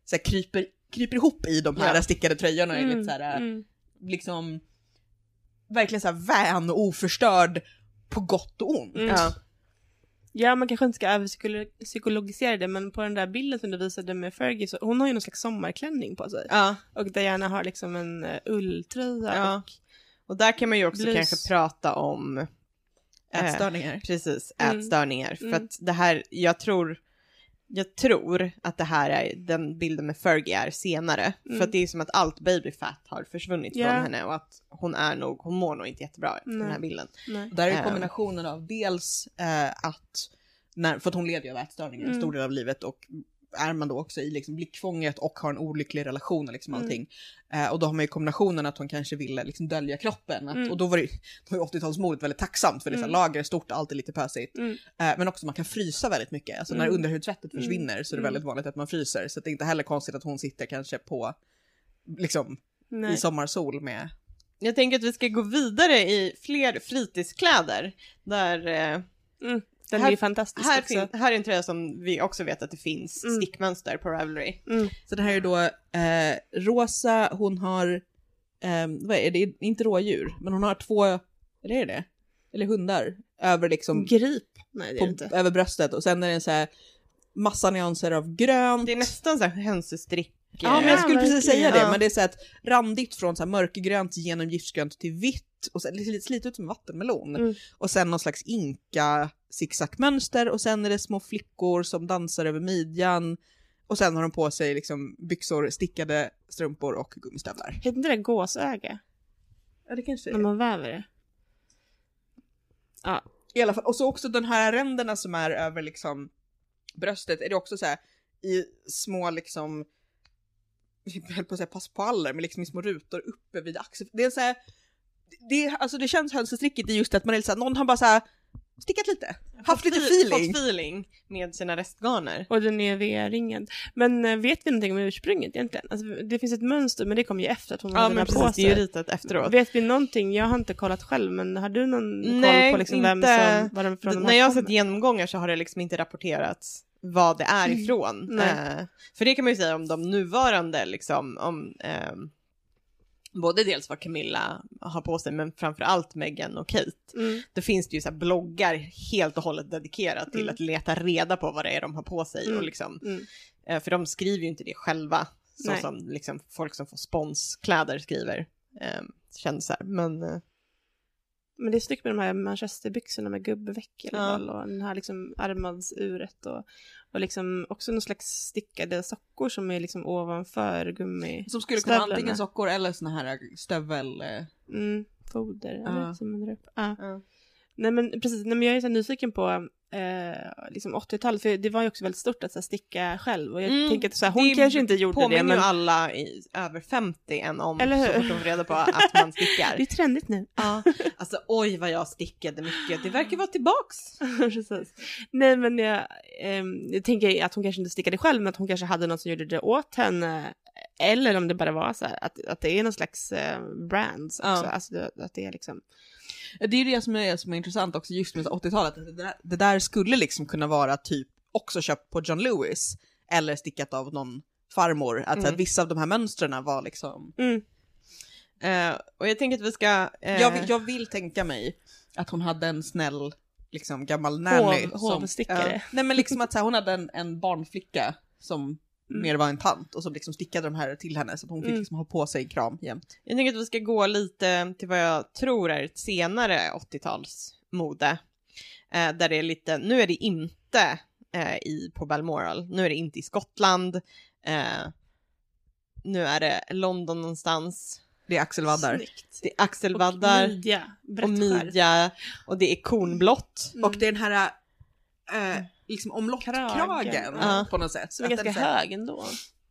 så här, kryper, kryper ihop i de här Ja. stickade tröjorna. Mm, Lite så här, mm. liksom verkligen så här vän och oförstörd på gott och ont. Mm. Ja. Ja, man kanske inte ska överpsykologisera det, men på den där bilden som du visade med Fergie, så hon har ju någon slags sommarklänning på sig. Ja. Och Diana har liksom en uh, ulltröja. Ja. Och, Och där kan man ju också Blus. kanske prata om eh, Ätstörningar. precis, Mm. ätstörningar. För Mm. att det här, jag tror, jag tror att det här är, den bilden med Fergie är senare. Mm. För att det är som att allt baby fat har försvunnit Ja. från henne och att hon är nog, hon mår nog inte jättebra efter Nej. den här bilden. nej. Där är ju Ehm. kombinationen av dels eh, att, när, för att hon lever ju av ätstörningar en Mm. stor del av livet och är man då också i liksom blickfånget och har en olycklig relation och liksom Mm. allting. Eh, och då har man ju kombinationen att hon kanske ville liksom dölja kroppen. Att, Mm. Och då var det då var ju åttiotalsmodet väldigt tacksamt för det är så här, Mm. lager är stort, allt är lite pösigt. Mm. Eh, men också man kan frysa väldigt mycket. Alltså när Mm. underhudsvettet Mm. försvinner så är det Mm. väldigt vanligt att man fryser. Så det är inte heller konstigt att hon sitter kanske på liksom nej. i sommarsol med. Jag tänker att vi ska gå vidare i fler fritidskläder. Där, eh, Mm. Den Här- är ju fantastisk här, också. fin- här är en tröja som vi också vet att det finns Mm. stickmönster på Ravelry. Mm. Så det här är då eh, Rosa, hon har, eh, vad är det, inte rådjur, men hon har två, eller är det det? Eller hundar, över liksom, Grip. Nej, det är på, det inte. över bröstet och sen är det en så här massa nyanser av grönt. Det är nästan så här hönsestrick. Ja, men jag skulle precis verkligen. säga det, Ja. men det är så här ett randigt från så här mörkgrönt genom giftgrönt till vitt och sen lite slitet ut som vattenmelon. Mm. Och sen någon slags inka zigzagmönster och sen är det små flickor som dansar över midjan och sen har de på sig liksom byxor, stickade strumpor och gummistövlar. Heter inte det gåsöga? Ja, det kanske När man väver det. Ja. I alla fall, och så också den här ränderna som är över liksom bröstet är det också så här i små liksom, jag höll på att säga pass på alla, men liksom i små rutor uppe vid axeln. Det är så här, det, är, alltså det känns hönsestricket i just att man är lite så här, någon har bara så här stickat lite, haft lite feeling. Fått feeling med sina restgarner. Och den är V-ringen. Men äh, vet vi någonting om ursprunget egentligen? Alltså, det finns ett mönster, men det kommer ju efter att hon Ja, hade men den här på precis, det är ju sig. ritat efteråt. Vet vi någonting? Jag har inte kollat själv, men har du någon Nej, koll på liksom vem inte- som var den från? När jag har sett genomgångar så har det liksom inte rapporterats vad det är ifrån. Nej. Eh, för det kan man ju säga om de nuvarande, liksom, om eh, både dels vad Camilla har på sig, men framförallt Meghan och Kate. Mm. Det finns det ju så här bloggar helt och hållet dedikerat till Mm. att leta reda på vad det är de har på sig. Mm. Och liksom, Mm. eh, för de skriver ju inte det själva, så Nej. som liksom, folk som får sponskläder skriver. Eh, känns så här. Men eh, Men det är snyggt med de här manchesterbyxorna med gubbveck eller Ja. vad, och den här liksom armadsuret och, och liksom också någon slags stickade sockor som är liksom ovanför gummi. Som skulle kunna vara stövlarna. antingen sockor eller såna här stövel. eh, Mm, foder, Ja. eller som man drar upp. Ja. ja. Nej men precis, nej, men jag är så här nyfiken på eh, liksom åttiotalet, för det var ju också väldigt stort att så här, sticka själv och jag Mm, tänker att så här, hon det kanske inte gjorde det, påminner men ju alla i över femtio än om, Eller hur? så fort de får reda på att man stickar. det är trendigt nu. Ja, alltså oj vad jag stickade mycket. Det verkar vara tillbaks. Precis. Nej men jag, ehm, jag tänker att hon kanske inte stickade själv, men att hon kanske hade någon som gjorde det åt henne, eller om det bara var så här, att, att det är någon slags eh, brands också, Ja. alltså det, att det är liksom Det är ju det som är, som är intressant också just med åttiotalet. Det där, det där skulle liksom kunna vara typ också köpt på John Lewis eller stickat av någon farmor. Att, Mm. att vissa av de här mönstren var liksom... mm. Eh, och jag tänker att vi ska... eh, Jag, vill- jag vill tänka mig att hon hade en snäll liksom gammal nanny. Hov, som, hovstickare. Ja. Nej men liksom att så här, hon hade en, en barnflicka som Mm. mer var en tant och som liksom stickade de här till henne så att hon fick Mm. liksom ha på sig kram jämt. Jag tänker att vi ska gå lite till vad jag tror är ett senare åttiotalsmode. Eh, där det är lite, nu är det inte eh, i, på Balmoral, nu är det inte i Skottland, eh, nu är det London någonstans, Det är axelvaddar. Snyggt. det är axelvaddar Och midja, brett och skär. midja och det är kornblått. Mm. Och det är den här äh, liksom omlottkragen Kragen. Ja. på något sätt. Som är Att den ganska så här- hög ändå.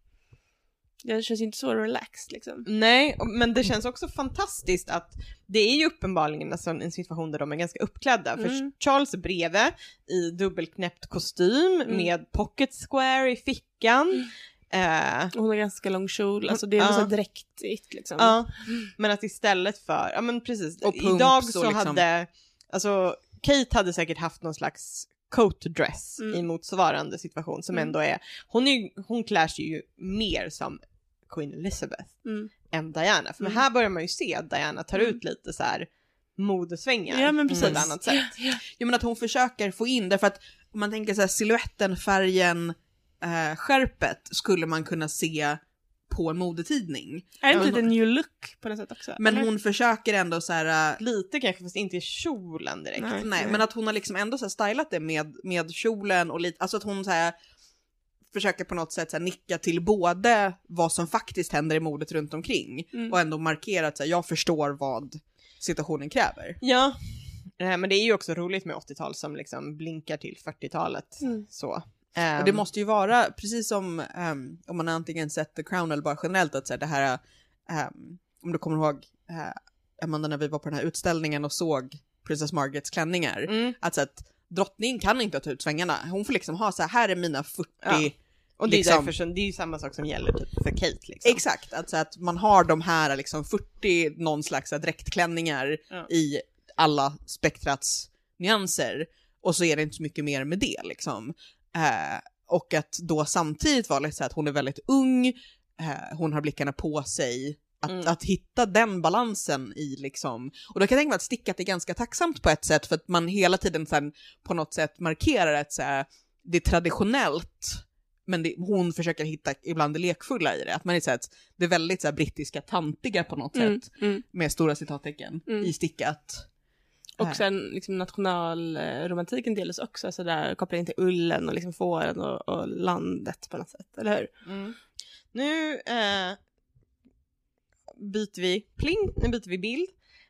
Det känns inte så relaxed liksom. Nej, och- men det känns också fantastiskt att det är ju uppenbarligen alltså en situation där de är ganska uppklädda. Mm. För Charles är bredvid i dubbelknäppt kostym Mm. med pocket square i fickan. Eh, Och hon har ganska lång kjol, alltså det är Ja. något så här dräktigt liksom. ja, men att istället för, ja men precis, Och pumps idag och så liksom- hade, alltså Kate hade säkert haft någon slags coat dress Mm. i motsvarande situation som Mm. ändå är, hon, är, hon klär sig ju mer som Queen Elizabeth Mm. än Diana. För Mm. här börjar man ju se att Diana tar Mm. ut lite så här modesvängar Ja, men på ett precis. annat sätt. Jag menar att hon försöker få in, därför att om man tänker så här, siluetten, färgen, eh, skärpet skulle man kunna se på en modetidning. Är det inte Ja, lite men- new look på något sätt också? Men eller? hon försöker ändå så här, äh, Lite kanske, fast inte i kjolen direkt. Nej. nej, men att hon har liksom ändå så här stylat det med, med kjolen och lite, alltså att hon så här försöker på något sätt så här nicka till både vad som faktiskt händer i modet runt omkring Mm. och ändå markera att så här, jag förstår vad situationen kräver. Ja, eh, men det är ju också roligt med åttiotal som liksom blinkar till fyrtiotalet. Mm. Så. Och det måste ju vara, precis som um, om man antingen sett The Crown eller bara generellt, att så här, det här, um, om du kommer ihåg uh, Amanda, när vi var på den här utställningen och såg Princess Margarets klänningar, Mm. alltså att drottning kan inte ta ut svängarna, hon får liksom ha så här, här är mina fyrtio, Ja. Och det är, liksom- därför som, det är ju samma sak som gäller typ för Kate liksom. exakt, alltså att man har de här liksom fyrtio någon slags så här dräktklänningar Ja. i alla spektrats nyanser, och så är det inte så mycket mer med det liksom. Eh, och att då samtidigt vara lite så att hon är väldigt ung, eh, hon har blickarna på sig, att, Mm. att hitta den balansen i liksom, och då kan jag tänka mig att stickat är ganska tacksamt på ett sätt, för att man hela tiden sen på något sätt markerar att så här, det är traditionellt, men det, hon försöker hitta ibland det lekfulla i det, att man är så här, att det är väldigt så här, brittiska tantiga på något Mm. sätt, Mm. med stora citattecken Mm. i stickat. Och sen liksom nationalromantiken delas också, alltså där kopplingen till ullen och liksom fåren och, och landet på något sätt, eller hur? Mm. Nu eh, byter vi pling, nu byter vi bild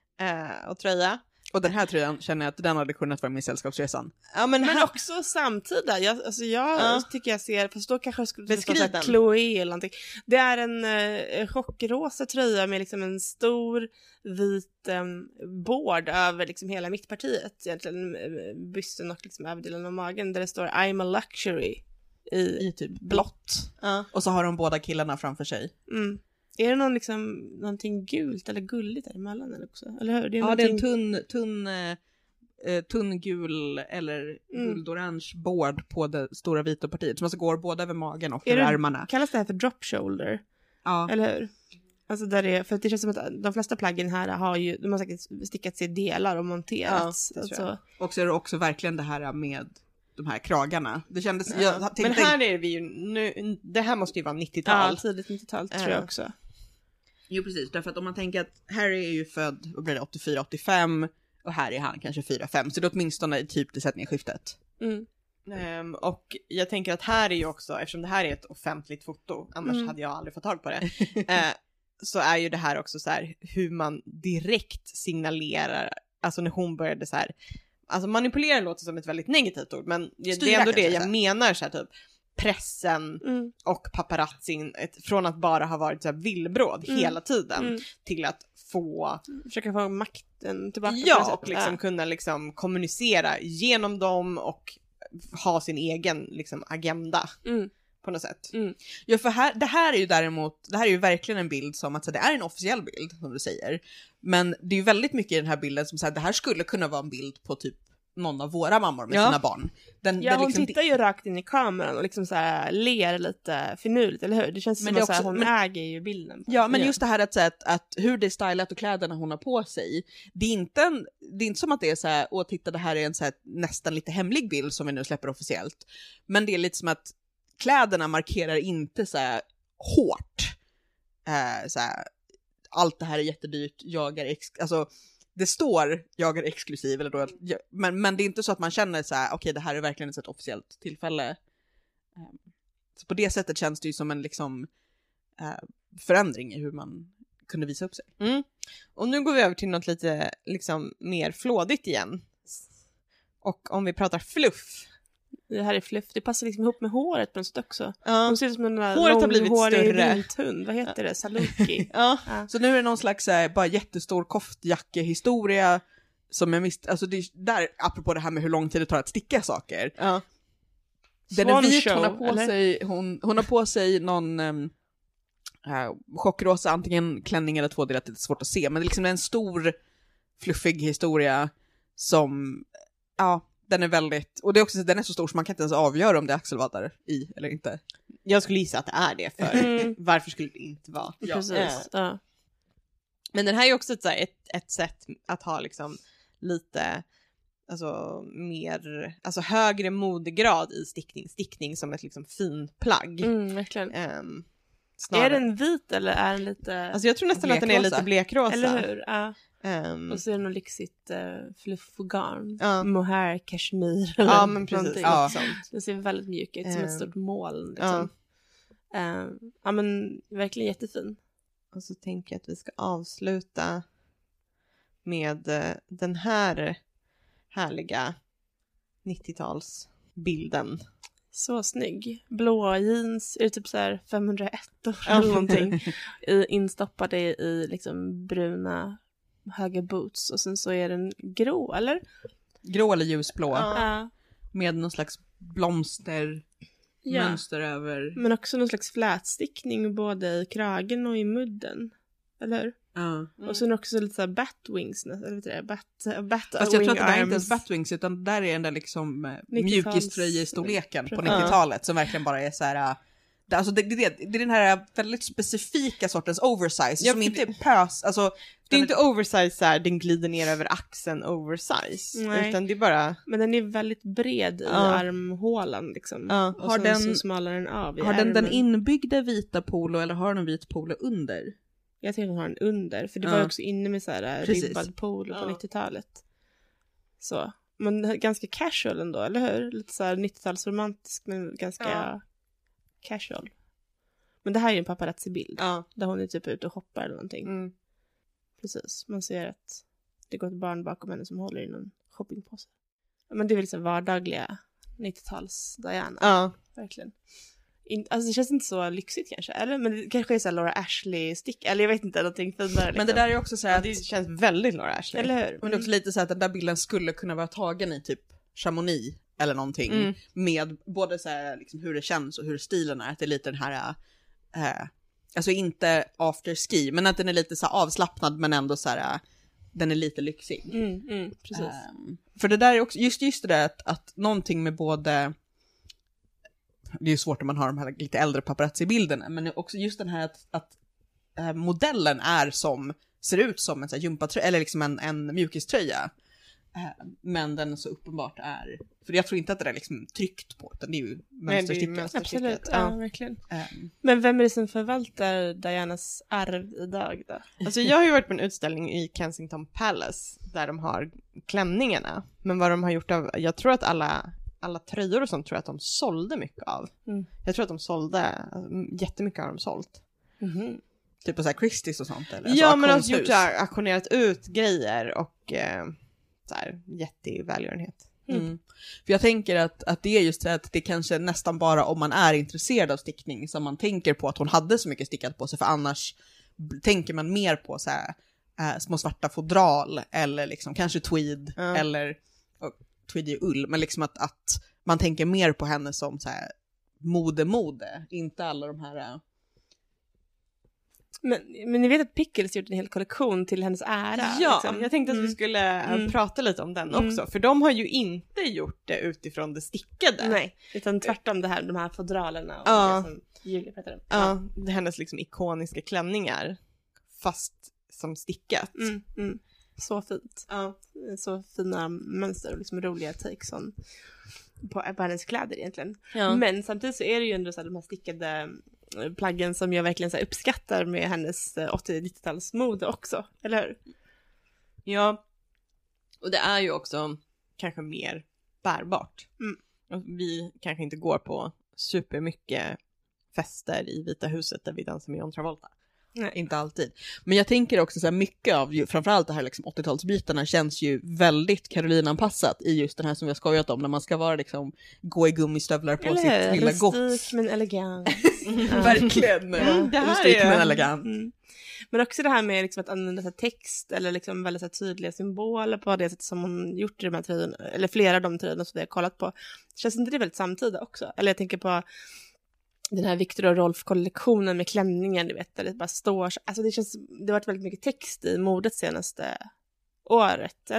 eh, och tröja. Och den här tröjan känner jag att den hade kunnat vara min sällskapsresan. Ja, men, Men här, också samtida, jag, alltså jag Ja. tycker jag ser, fast då kanske det skulle Beskriv stå så här den. Chloé eller någonting. Det är en eh, chockrosa tröja med liksom en stor vit eh, bård över liksom hela mittpartiet, egentligen eh, bysten och liksom överdelen av magen, där det står I'm a luxury i, I typ blått. ja. Och så har de båda killarna framför sig. mm. Är det någon liksom, någonting gult eller gulligt däremellan eller också? Eller hur? Det är Ja, det är en någonting- tunn, tunn, eh, eh, tunn gul eller Mm. guldorange bård på det stora vita partiet, som alltså går både över magen och Är över det- armarna. Kallas det här för drop shoulder? Ja. Eller hur? Alltså där det är, för det känns som att de flesta plaggen här har ju, de har säkert stickats i delar och monterats. Ja, det tror jag. alltså, Och så är det också verkligen det här med de här kragarna. Det kändes, jag Ja. tänkte, Men här är vi ju nu, det här måste ju vara nittiotal. ja, tidigt nittiotal tror Ja. jag också. jo precis, därför att om man tänker att Harry är ju född, vad blir det, åttiofyra åttiofem, och här är han kanske fyra fem, så det är åtminstone i typ decennieskiftet. Mm. Ehm, och jag tänker att här är ju också, eftersom det här är ett offentligt foto, annars Mm. hade jag aldrig fått tag på det, eh, så är ju det här också så här hur man direkt signalerar, alltså när hon började så här, alltså manipulera låter som ett väldigt negativt ord, men det Styra är ändå det kanske, jag så här. menar, så här typ pressen Mm. och paparazzin, ett, från att bara ha varit så här villbråd Mm. hela tiden Mm. till att få Försöka få makten tillbaka. på ja, något sätt. och liksom Ja. kunna liksom kommunicera genom dem och ha sin egen liksom agenda Mm. på något sätt. Mm. Ja, för här, det här är ju däremot, det här är ju verkligen en bild som att så, det är en officiell bild, som du säger. Men det är ju väldigt mycket i den här bilden som så här, det här skulle kunna vara en bild på typ någon av våra mammor med Ja. sina barn. Den, Ja, den hon liksom, tittar ju rakt in i kameran och liksom så här ler lite finurligt, eller hur? Det känns Men som det är att så här, också- hon men- äger ju bilden. Ja, men Ja. just det här att, så här, att, att hur det är stylat och kläderna hon har på sig, det är inte, en, det är inte som att det är så här, åh titta det här är en så här, nästan lite hemlig bild som vi nu släpper officiellt. Men det är lite som att kläderna markerar inte så här hårt, eh, så här, allt det här är jättedyrt, jag är ex- alltså det står jag är exklusiv, eller då, jag, men, men det är inte så att man känner så här, okej okay, det här är verkligen ett officiellt tillfälle. Um, så på det sättet känns det ju som en liksom uh, förändring i hur man kunde visa upp sig. Mm. Och nu går vi över till något lite liksom mer flådigt igen. Och om vi pratar fluff. Det här är fluff, det passar liksom ihop med håret på något sätt också. Ja. Hon ser ut som en Håret har blivit långhårig större. vinthund, vad heter det? Saluki. Ja. Ja. Så nu är det någon slags uh, bara jättestor koftjackehistoria som jag mist, alltså det är där, apropå det här med hur lång tid det tar att sticka saker. Ja. Den är Swan vit, show, hon har på eller? sig, hon, hon har på sig någon um, uh, chockrosa, antingen klänning eller tvådelat, det är svårt att se, men det är liksom en stor fluffig historia som, ja, den är väldigt, och det är också den är så stor så man kan inte ens avgöra om det är axelvaddar i eller inte. Jag skulle gissa att det är det, för Mm. varför skulle det inte vara? Ja. Precis. Eh, Ja. Men den här är också ett, så här, ett, ett sätt att ha liksom lite alltså mer, alltså högre modegrad i stickning, stickning som ett liksom finplagg. Mm, verkligen. Um, Är den vit eller är den lite... Alltså jag tror nästan att den är lite blekrosa. Eller hur? Ja. Um, Och så är det något lyxigt uh, fluff och garn. Ja. Mohair, kashmir eller ja, men precis. någonting. Ja. Det ser väldigt mjuk ut, som Um, ett stort moln. Liksom. Ja. Uh, ja, men verkligen jättefin. Och så tänker jag att vi ska avsluta med uh, den här härliga nittiotalsbilden. Så snygg. Blå jeans, är det typ så här femhundraett år Ja. eller någonting. I, instoppade i liksom bruna höga boots. Och sen så är den grå, eller? Grå eller ljusblå. Ja. Ja. Med någon slags blomster Ja. mönster över. Men också någon slags flätstickning både i kragen och i mudden. Eller hur? Ja. Mm. Och sen också lite såhär batwings, eller vet du det? Bat, bat Fast jag tror att det där är inte arms. ens Batwings utan där är den där liksom eh, nittio-tals- mjukiströjestorleken på Ja. nittiotalet som verkligen bara är så här. äh, det, alltså det, det, det är den här väldigt specifika sortens oversize Ja, som för inte är pös, alltså Det är den inte oversize så här, den glider ner över axeln oversize. Nej. Utan det är bara... Men den är väldigt bred i Ja. armhålan liksom. Ja. Och Har sen den- så smalar den av i har den den ärmen. inbyggda vita polo eller har den en vit polo under? Jag tycker den har en under, för det Ja. var ju också inne med så här Precis. ribbad polo på Ja. nittiotalet. Så. Men ganska casual ändå, eller hur? Lite så här nittiotalsromantisk men ganska Ja. casual. Men det här är ju en paparazzi-bild. Ja. Där hon är typ ute och hoppar eller någonting. Mm. Precis, man ser att det går ett barn bakom henne som håller i någon shoppingpåse. Men det är väl så vardagliga nittio-tals Diana, Ja. verkligen. In, alltså det känns inte så lyxigt kanske, eller? Men det kanske är så här Laura Ashley-stick, eller jag vet inte, någonting finare liksom. Men det där är också så här Ja, att, det känns väldigt Laura Ashley. Eller hur? men det är också lite så här att den där bilden skulle kunna vara tagen i typ Chamonix eller någonting Mm. med både så här liksom hur det känns och hur stilen är, att det är lite den här äh, alltså inte after ski men att den är lite så här avslappnad men ändå så här äh, den är lite lyxig. Mm, mm, precis. Um, för det där är också, just, just det där att, att någonting med både, det är ju svårt när man har de här lite äldre paparazzi-bilderna, men också just den här att, att äh, modellen är som, ser ut som en så här gympatröja, eller liksom en, en mjukiströja. Äh, men den så uppenbart är, för jag tror inte att det är liksom tryckt på, utan det är ju mönsterstickat. mönsterstickat. Absolut, ja, Ja. verkligen. Um, Men vem är det som förvaltar Dianas arv idag då? Alltså jag har ju varit på en utställning i Kensington Palace där de har klänningarna. Men vad de har gjort av, jag tror att alla, alla tröjor och sånt tror jag att de sålde mycket av. Mm. Jag tror att de sålde, alltså, jättemycket har de sålt. Mhm. typ på så här Christie's och sånt eller? Ja, men de har auktionshus. gjort så här, auktionerat ut grejer och eh, så här, jättevälgörenhet. Mm. För jag tänker att, att det är just det att det kanske nästan bara om man är intresserad av stickning som man tänker på att hon hade så mycket stickat på sig, för annars b- tänker man mer på så här, äh, små svarta fodral eller liksom kanske tweed Ja. eller och, tweed är ull, men liksom att, att man tänker mer på henne som så här mode-mode, inte alla de här äh, Men, men ni vet att Pickles gjort en hel kollektion till hennes ära? Ja, liksom. jag tänkte att vi Mm. skulle eh, Mm. prata lite om den Mm. också. För de har ju inte gjort det utifrån det stickade. Nej, utan tvärtom det här, de här fodralerna och Ja. det som Julia pratade om. Ja, det är hennes liksom ikoniska klänningar. Fast som stickat. Mm, mm. Så fint. Ja. Så fina mönster och liksom roliga takes on på, på hennes kläder egentligen. Ja. Men samtidigt så är det ju ändå så här, de här stickade eh, plaggen som jag verkligen så här, uppskattar med hennes eh, åttio-nittiotalsmode också, eller hur? Ja, och det är ju också kanske mer bärbart. Mm. Och vi kanske inte går på supermycket fester i Vita huset där vi dansar med John Travolta. Nej. inte alltid. Men jag tänker också så här mycket av, ju- framförallt det här liksom åttiotalsbitarna känns ju väldigt Caroline-anpassat i just den här som vi har skojat om, när man ska vara liksom, gå i gummistövlar på sitt Eller hur? lilla gott. Rustik men elegant. Verkligen. Mm, det här Rustik är- men elegant. Mm. Men också det här med liksom att använda så här text eller liksom väldigt så här tydliga symboler på det sättet som hon gjort i de här tröjorna, eller flera av de tröjorna som vi har kollat på. Känns inte det väldigt samtida också? Eller jag tänker på den här Victor och Rolf-kollektionen med klänningen, du vet, där det bara står så, alltså det känns, det har varit väldigt mycket text i modet senaste året, eller?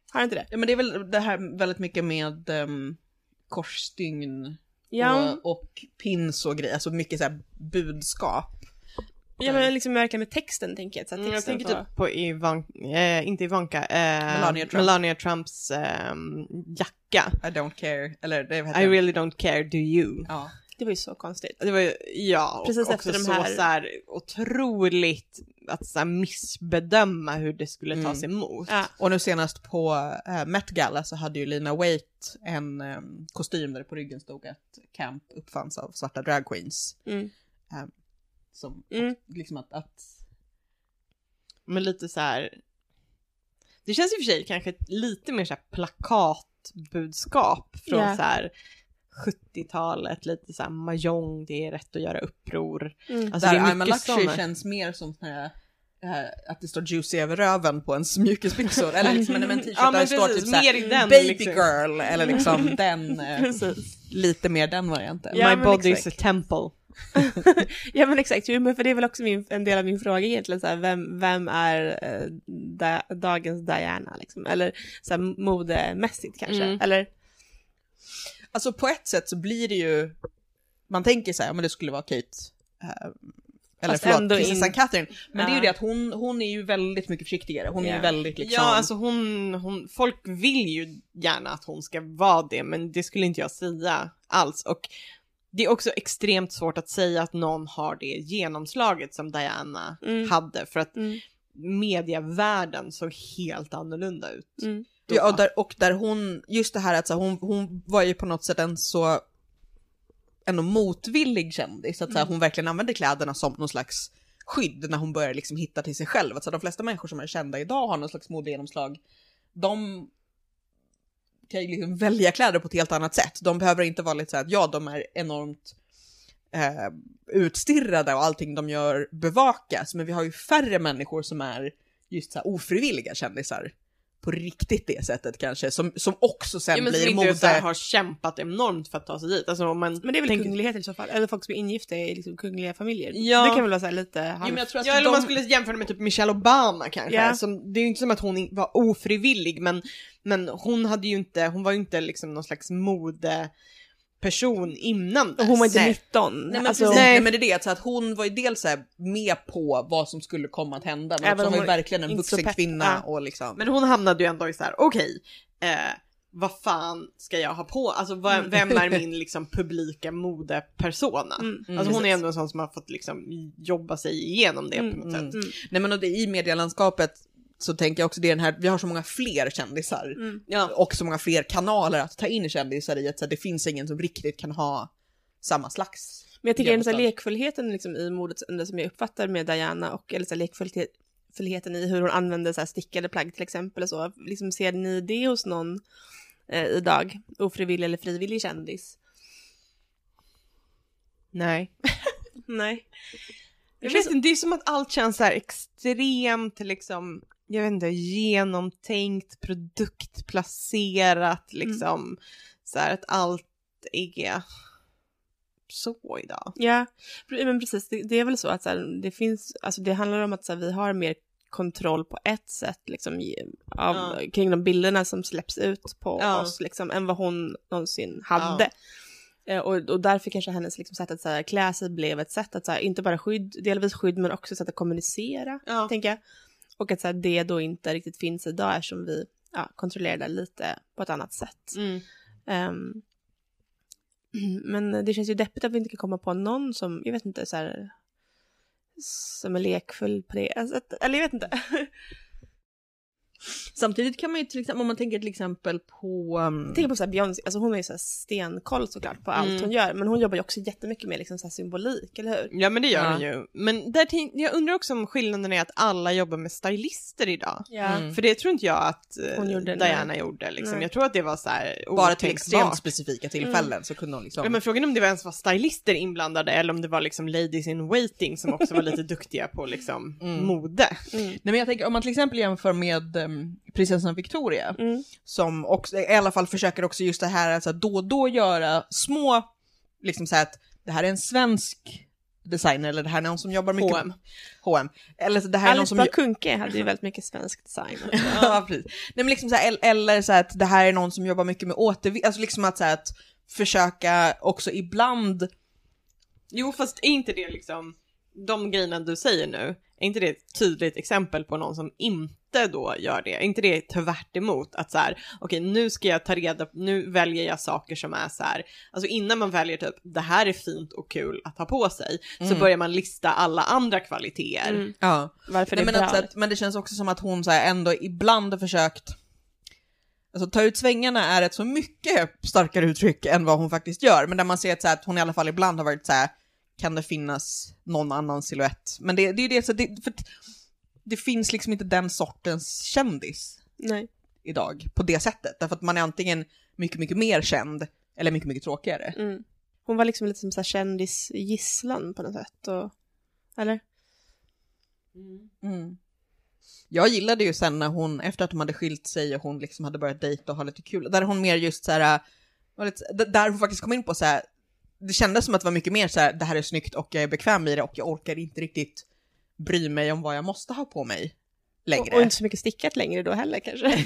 Har inte det? Ja, men det är väl det här väldigt mycket med um, korsstygn Ja. och, och pins och grejer, alltså mycket så här budskap. Ja, men liksom verkligen med texten tänker jag. Så att Mm, jag texten tänker får- typ på Ivanka, eh, inte Ivanka, eh, Melania Trump. Melania Trumps eh, jacka. I don't care, eller det heter I really don't care, do you? Ja. Det var ju så konstigt. Det var ju, ja, Precis och efter också de så, här- så här otroligt att så här missbedöma hur det skulle Mm. tas emot. Ja. Och nu senast på äh, Met Gala så hade ju Lena Waithe en um, kostym där det på ryggen stod att camp uppfanns av svarta drag queens. Mm. Um, som Mm. liksom att, att Men lite så här. Det känns i och för sig kanske lite mer så här plakatbudskap från Ja. så här sjuttiotalet, lite så här mahjong, det är rätt att göra uppror. Mm. Alltså där det är I'm a mycket luxury såna. känns mer som sån här, äh, att det står juicy över röven på ens mjukisbyxor eller liksom en, en t-shirt Ja, där men det står precis, typ såhär, mer i den, baby liksom. girl eller liksom den, äh, Precis. lite mer den varianten. Ja, My men body exakt. is a temple. Ja men exakt, jo, men för det är väl också min, en del av min fråga egentligen, så här, vem, vem är eh, da, dagens Diana liksom? Eller så här, modemässigt kanske, Mm. eller? Alltså på ett sätt så blir det ju, man tänker så här, men det skulle vara Kate, äh, eller Fast förlåt, ändå prinsessan in- Catherine. Men det är ju Ja. det att hon, hon är ju väldigt mycket försiktigare, hon är Ja. ju väldigt liksom, Ja, alltså hon, hon, folk vill ju gärna att hon ska vara det, men det skulle inte jag säga alls. Och det är också extremt svårt att säga att någon har det genomslaget som Diana Mm. hade, för att Mm. medievärlden såg helt annorlunda ut. Mm. då. ja, och, där, och där hon, just det här att så, hon, hon var ju på något sätt en så ändå motvillig kändis, att så här, hon verkligen använde kläderna som någon slags skydd när hon började liksom hitta till sig själv. Att så här, de flesta människor som är kända idag har någon slags modegenomslag, de kan ju liksom välja kläder på ett helt annat sätt. De behöver inte vara lite så här att ja, de är enormt eh, utstirrade och allting de gör bevakas, men vi har ju färre människor som är just så här ofrivilliga kändisar på riktigt det sättet kanske, som, som också sen Ja, men som blir inte så här mode. har kämpat enormt för att ta sig dit. Alltså, om man Men det är väl tänker- kungligheter i så fall, eller folk som är ingifta i liksom kungliga familjer. Ja. Det kan väl vara så här lite halv... Jo, men jag tror att Ja, eller om de, man skulle jämföra med typ Michelle Obama kanske. Ja. Som, det är ju inte som att hon in- var ofrivillig, men, men hon hade ju inte, hon var ju inte liksom någon slags modeperson innan Och hon var inte dess. nitton. Nej men, alltså, precis, nej. nej, men det är det, så att hon var ju dels så här med på vad som skulle komma att hända, men Även också om hon var ju hon verkligen en inte så vuxen pepp, kvinna ja. och liksom. Men hon hamnade ju ändå i så här: okej, eh, vad fan ska jag ha på? Alltså vad, vem är min liksom publika modepersona? Mm, Alltså hon är precis. ändå en sån som har fått liksom jobba sig igenom det på något Mm. sätt. Mm. Nej men och det, i medielandskapet så tänker jag också det är den här, vi har så många fler kändisar Mm. Ja. och så många fler kanaler att ta in kändisar i, att så här, det finns ingen som riktigt kan ha samma slags. Men jag tycker den så här genomslag. lekfullheten liksom i modet ändå som jag uppfattar med Diana, och eller så här lekfullheten i hur hon använder så här stickade plagg till exempel och så. Liksom, ser ni det hos någon eh, idag? Ofrivillig eller frivillig kändis? Nej. Nej. Jag vet inte, det är som att allt känns så här extremt liksom, jag vet inte, genomtänkt, produktplacerat liksom, så här att allt är så idag. Ja, pre- men precis. Det, det är väl så att så här, det finns, alltså det handlar om att så här, vi har mer kontroll på ett sätt liksom, i- av, Ja. kring de bilderna som släpps ut på Ja. oss liksom, än vad hon någonsin hade. Eh, Och, och därför kanske hennes liksom, sätt att så här, klä sig blev ett sätt att så här, inte bara skydd, delvis skydd, men också sätt att kommunicera, Ja. tänker jag. Och att så här, det då inte riktigt finns idag eftersom vi ja, kontrollerar det lite på ett annat sätt. Mm. Ehm, men det känns ju deppigt att vi inte kan komma på någon som, jag vet inte, så här, som är lekfull på det. Alltså, att- eller jag vet inte. Samtidigt kan man ju till exempel, om man tänker till exempel på um, Jag tänker på så här Beyoncé, alltså hon är ju så här stenkoll såklart på allt Mm. hon gör. Men hon jobbar ju också jättemycket med liksom så här symbolik, eller hur? Ja, men det gör Ja. den ju. Men där tänk, jag undrar också om skillnaden är att alla jobbar med stylister idag. Ja. Mm. För det tror inte jag att eh, Hon gjorde, Diana nej. gjorde. Liksom. Nej. Jag tror att det var så här bara till extremt otänkbart. specifika tillfällen så kunde hon liksom. Ja, men frågan är om det var ens var stylister inblandade eller om det var liksom ladies in waiting som också var lite duktiga på liksom Mm. mode. Mm. Nej men jag tänker om man till exempel jämför med um, prinsessan Victoria Mm. som också, i alla fall försöker också just det här alltså, då och då göra små, liksom så här att det här är en svensk designer, eller det här är någon som jobbar mycket H och M. H och M. Eller det här är någon Alice som Bakunke hade ju väldigt mycket svensk design. ja, precis. Nej, men liksom så här, eller så här att det här är någon som jobbar mycket med återvinning, alltså liksom att så här, att försöka också ibland. Jo, fast är inte det liksom de grejerna du säger nu, är inte det ett tydligt exempel på någon som inte då gör det? Är inte det tvärt emot att så här, okej, okay, nu ska jag ta reda på, nu väljer jag saker som är så här, alltså innan man väljer typ, det här är fint och kul att ha på sig, mm. så börjar man lista alla andra kvaliteter. Mm. Ja. Varför Nej, det är men, bra. att, men det känns också som att hon så här, ändå ibland har försökt, alltså ta ut svängarna är ett så mycket starkare uttryck än vad hon faktiskt gör, men där man ser att, så här, att hon i alla fall ibland har varit så här, kan det finnas någon annan silhuett? Men det, det är ju det, så det, för det finns liksom inte den sortens kändis Nej. idag på det sättet. Därför att man är antingen mycket, mycket mer känd eller mycket, mycket tråkigare. Mm. Hon var liksom lite som så här kändisgisslan på något sätt. Och... Eller? Mm. Mm. Jag gillade ju sen när hon, efter att de hade skilt sig och hon liksom hade börjat dejta och ha lite kul, där hon mer just så här, var lite, där hon faktiskt kom in på så här, det kändes som att det var mycket mer så här, det här är snyggt och jag är bekväm i det och jag orkar inte riktigt bry mig om vad jag måste ha på mig längre. Och, och inte så mycket stickat längre då heller kanske.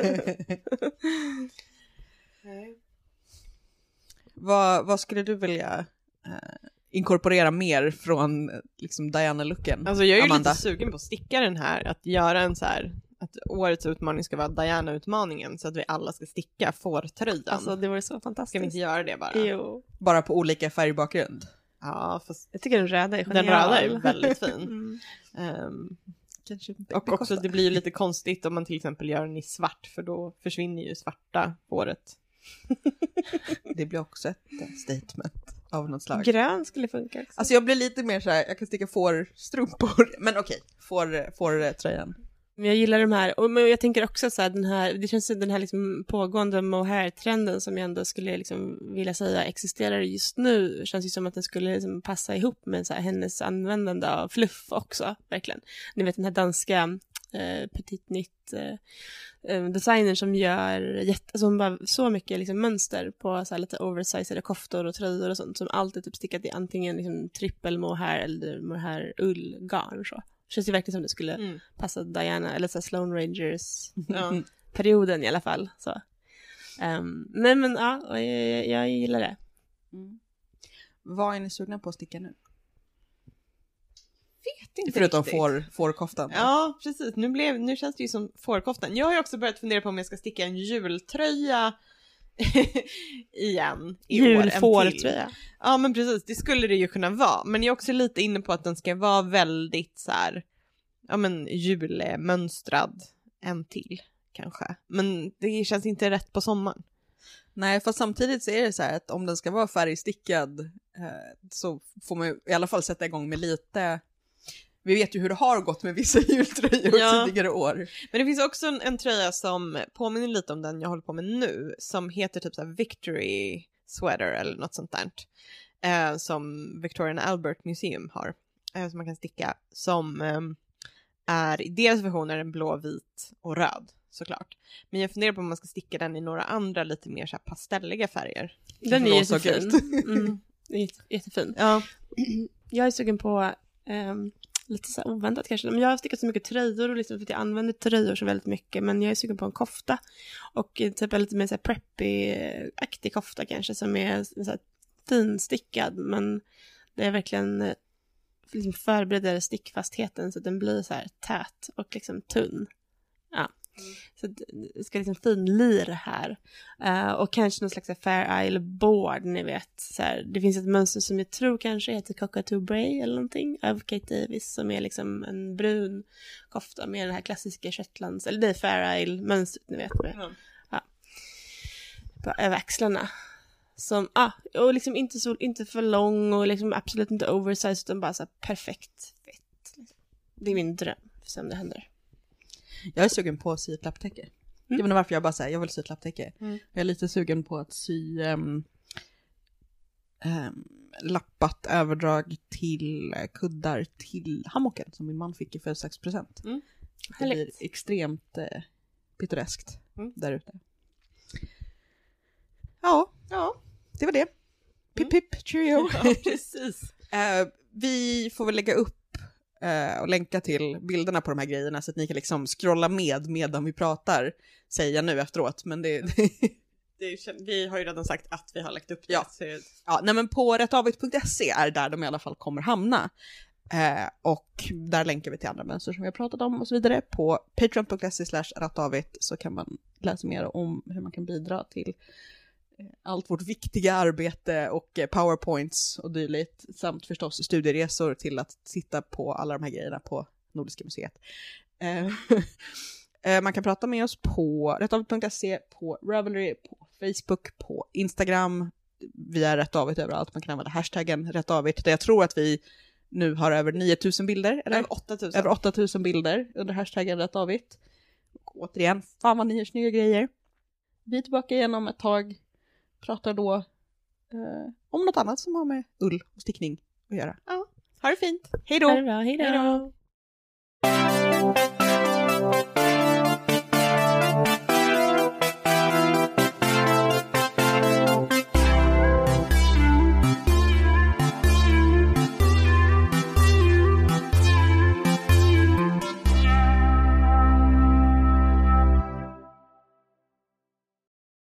vad, vad skulle du vilja eh, inkorporera mer från liksom Diana-looken? Alltså jag är ju Amanda? lite sugen på att sticka den här, att göra en så här, att årets utmaning ska vara Diana-utmaningen, så att vi alla ska sticka fårtröjan. Alltså det vore så fantastiskt. Ska vi inte göra det bara? Jo. Bara på olika färgbakgrund? Ja, fast Jag tycker den röda är genial. den röda är väldigt fin. Mm. Um, Kanske och också det blir ju lite konstigt om man till exempel gör den i svart, för då försvinner ju svarta fåret. Det blir också ett statement av något slag. Grön skulle funka också. Alltså jag blir lite mer så här, jag kan sticka fårstrumpor, men okej, får, får tröjan. Men jag gillar de här, och men jag tänker också så här, den här, det känns som den här liksom pågående mohair-trenden som jag ändå skulle liksom vilja säga existerar just nu, känns ju som att den skulle liksom passa ihop med så här, hennes användande av fluff också, verkligen. Ni vet den här danska eh, Petit Nytt eh, designern som gör jätte, alltså hon bara så mycket liksom mönster på så här lite oversized koftor och tröjor och sånt som alltid typ stickat i antingen liksom trippel mohair eller mohair ull garn så. Det känns ju verkligen som det skulle mm. passa Diana, eller så här Sloan Rangers ja, perioden i alla fall. Så. Um, nej men ja, jag, jag gillar det. Mm. Vad är ni sugna på att sticka nu? Vet inte Förutom riktigt. får, fårkoftan. Ja, precis. Nu, blev, nu känns det ju som fårkoftan. Jag har ju också börjat fundera på om jag ska sticka en jultröja igen i julfårtröja. Ja, men precis. Det skulle det ju kunna vara. Men jag är också lite inne på att den ska vara väldigt så här, ja men julmönstrad en till kanske. Men det känns inte rätt på sommaren. Nej, fast samtidigt så är det så här att om den ska vara färgstickad eh, så får man i alla fall sätta igång med lite. Vi vet ju hur det har gått med vissa jultröjor ja. tidigare år. Men det finns också en, en tröja som påminner lite om den jag håller på med nu, som heter typ så här Victory Sweater eller något sånt där. Eh, som Victoria and Albert Museum har. Eh, som man kan sticka. Som eh, är i deras version är den blå, vit och röd såklart. Men jag funderar på om man ska sticka den i några andra lite mer så här pastelliga färger. Den är jättefin. Mm, jätte, jättefin. Ja. Jag är sugen på um, lite så här oväntat kanske. Men jag har stickat så mycket tröjor och liksom för att jag använder tröjor så väldigt mycket. Men jag är sugen på en kofta. Och typ lite mer så här preppy-aktig kofta kanske som är så här finstickad. Men det är verkligen liksom förbereder stickfastheten så att den blir så här tät och liksom tunn. Ja. Mm. Så det ska liksom fin lir här. Uh, och kanske någon slags Fair Isle board, ni vet. Så här, det finns ett mönster som jag tror kanske heter Cockatoo Bray eller någonting av Kate Davis som är liksom en brun kofta med den här klassiska Shetlands, eller det är Fair Isle-mönstret, ni vet. Med, mm. ja. På över axlarna. Som, ah, och liksom inte, så, inte för lång och liksom absolut inte oversized utan bara så här perfekt fett. Liksom. Det är min dröm, för se om det händer. Jag är sugen på att sy ett lapptäcke. Mm. Jag vet inte varför jag bara säger jag vill sy ett lapptäcke. Mm. Jag är lite sugen på att sy um, um, lappat överdrag till kuddar till hammocken som min man fick i födelsedagspresent. Mm. Det blir extremt uh, pittoreskt mm. där ute. Ja, ja, det var det. Pip pip, cheerio. Ja, precis. uh, vi får väl lägga upp uh, och länka till bilderna på de här grejerna så att ni kan liksom scrolla med medan vi pratar, säger jag nu efteråt, men det... det är, vi har ju redan sagt att vi har lagt upp det. Ja, så... ja nej, men på rättavigt punkt se är där de i alla fall kommer hamna. Uh, och där länkar vi till andra mönster som vi har pratat om och så vidare. På patreon punkt se slash rättavigt så kan man läsa mer om hur man kan bidra till allt vårt viktiga arbete och powerpoints och dylikt, samt förstås studieresor till att titta på alla de här grejerna på Nordiska museet. Man kan prata med oss på rättavigt punkt se, på Ravelry, på Facebook, på Instagram. Vi är rättavigt överallt. Man kan använda hashtaggen rättavigt, där jag tror att vi nu har över nio tusen bilder. Eller över åtta tusen. Över åtta tusen bilder under hashtaggen rättavigt. Och återigen, fan vad ni gör snygga grejer. Vi är tillbaka igen om ett tag. Pratar då eh, om något annat som har med ull och stickning att göra. Ja, ha det fint. Hej då! Ha det bra, hej då! Hej då.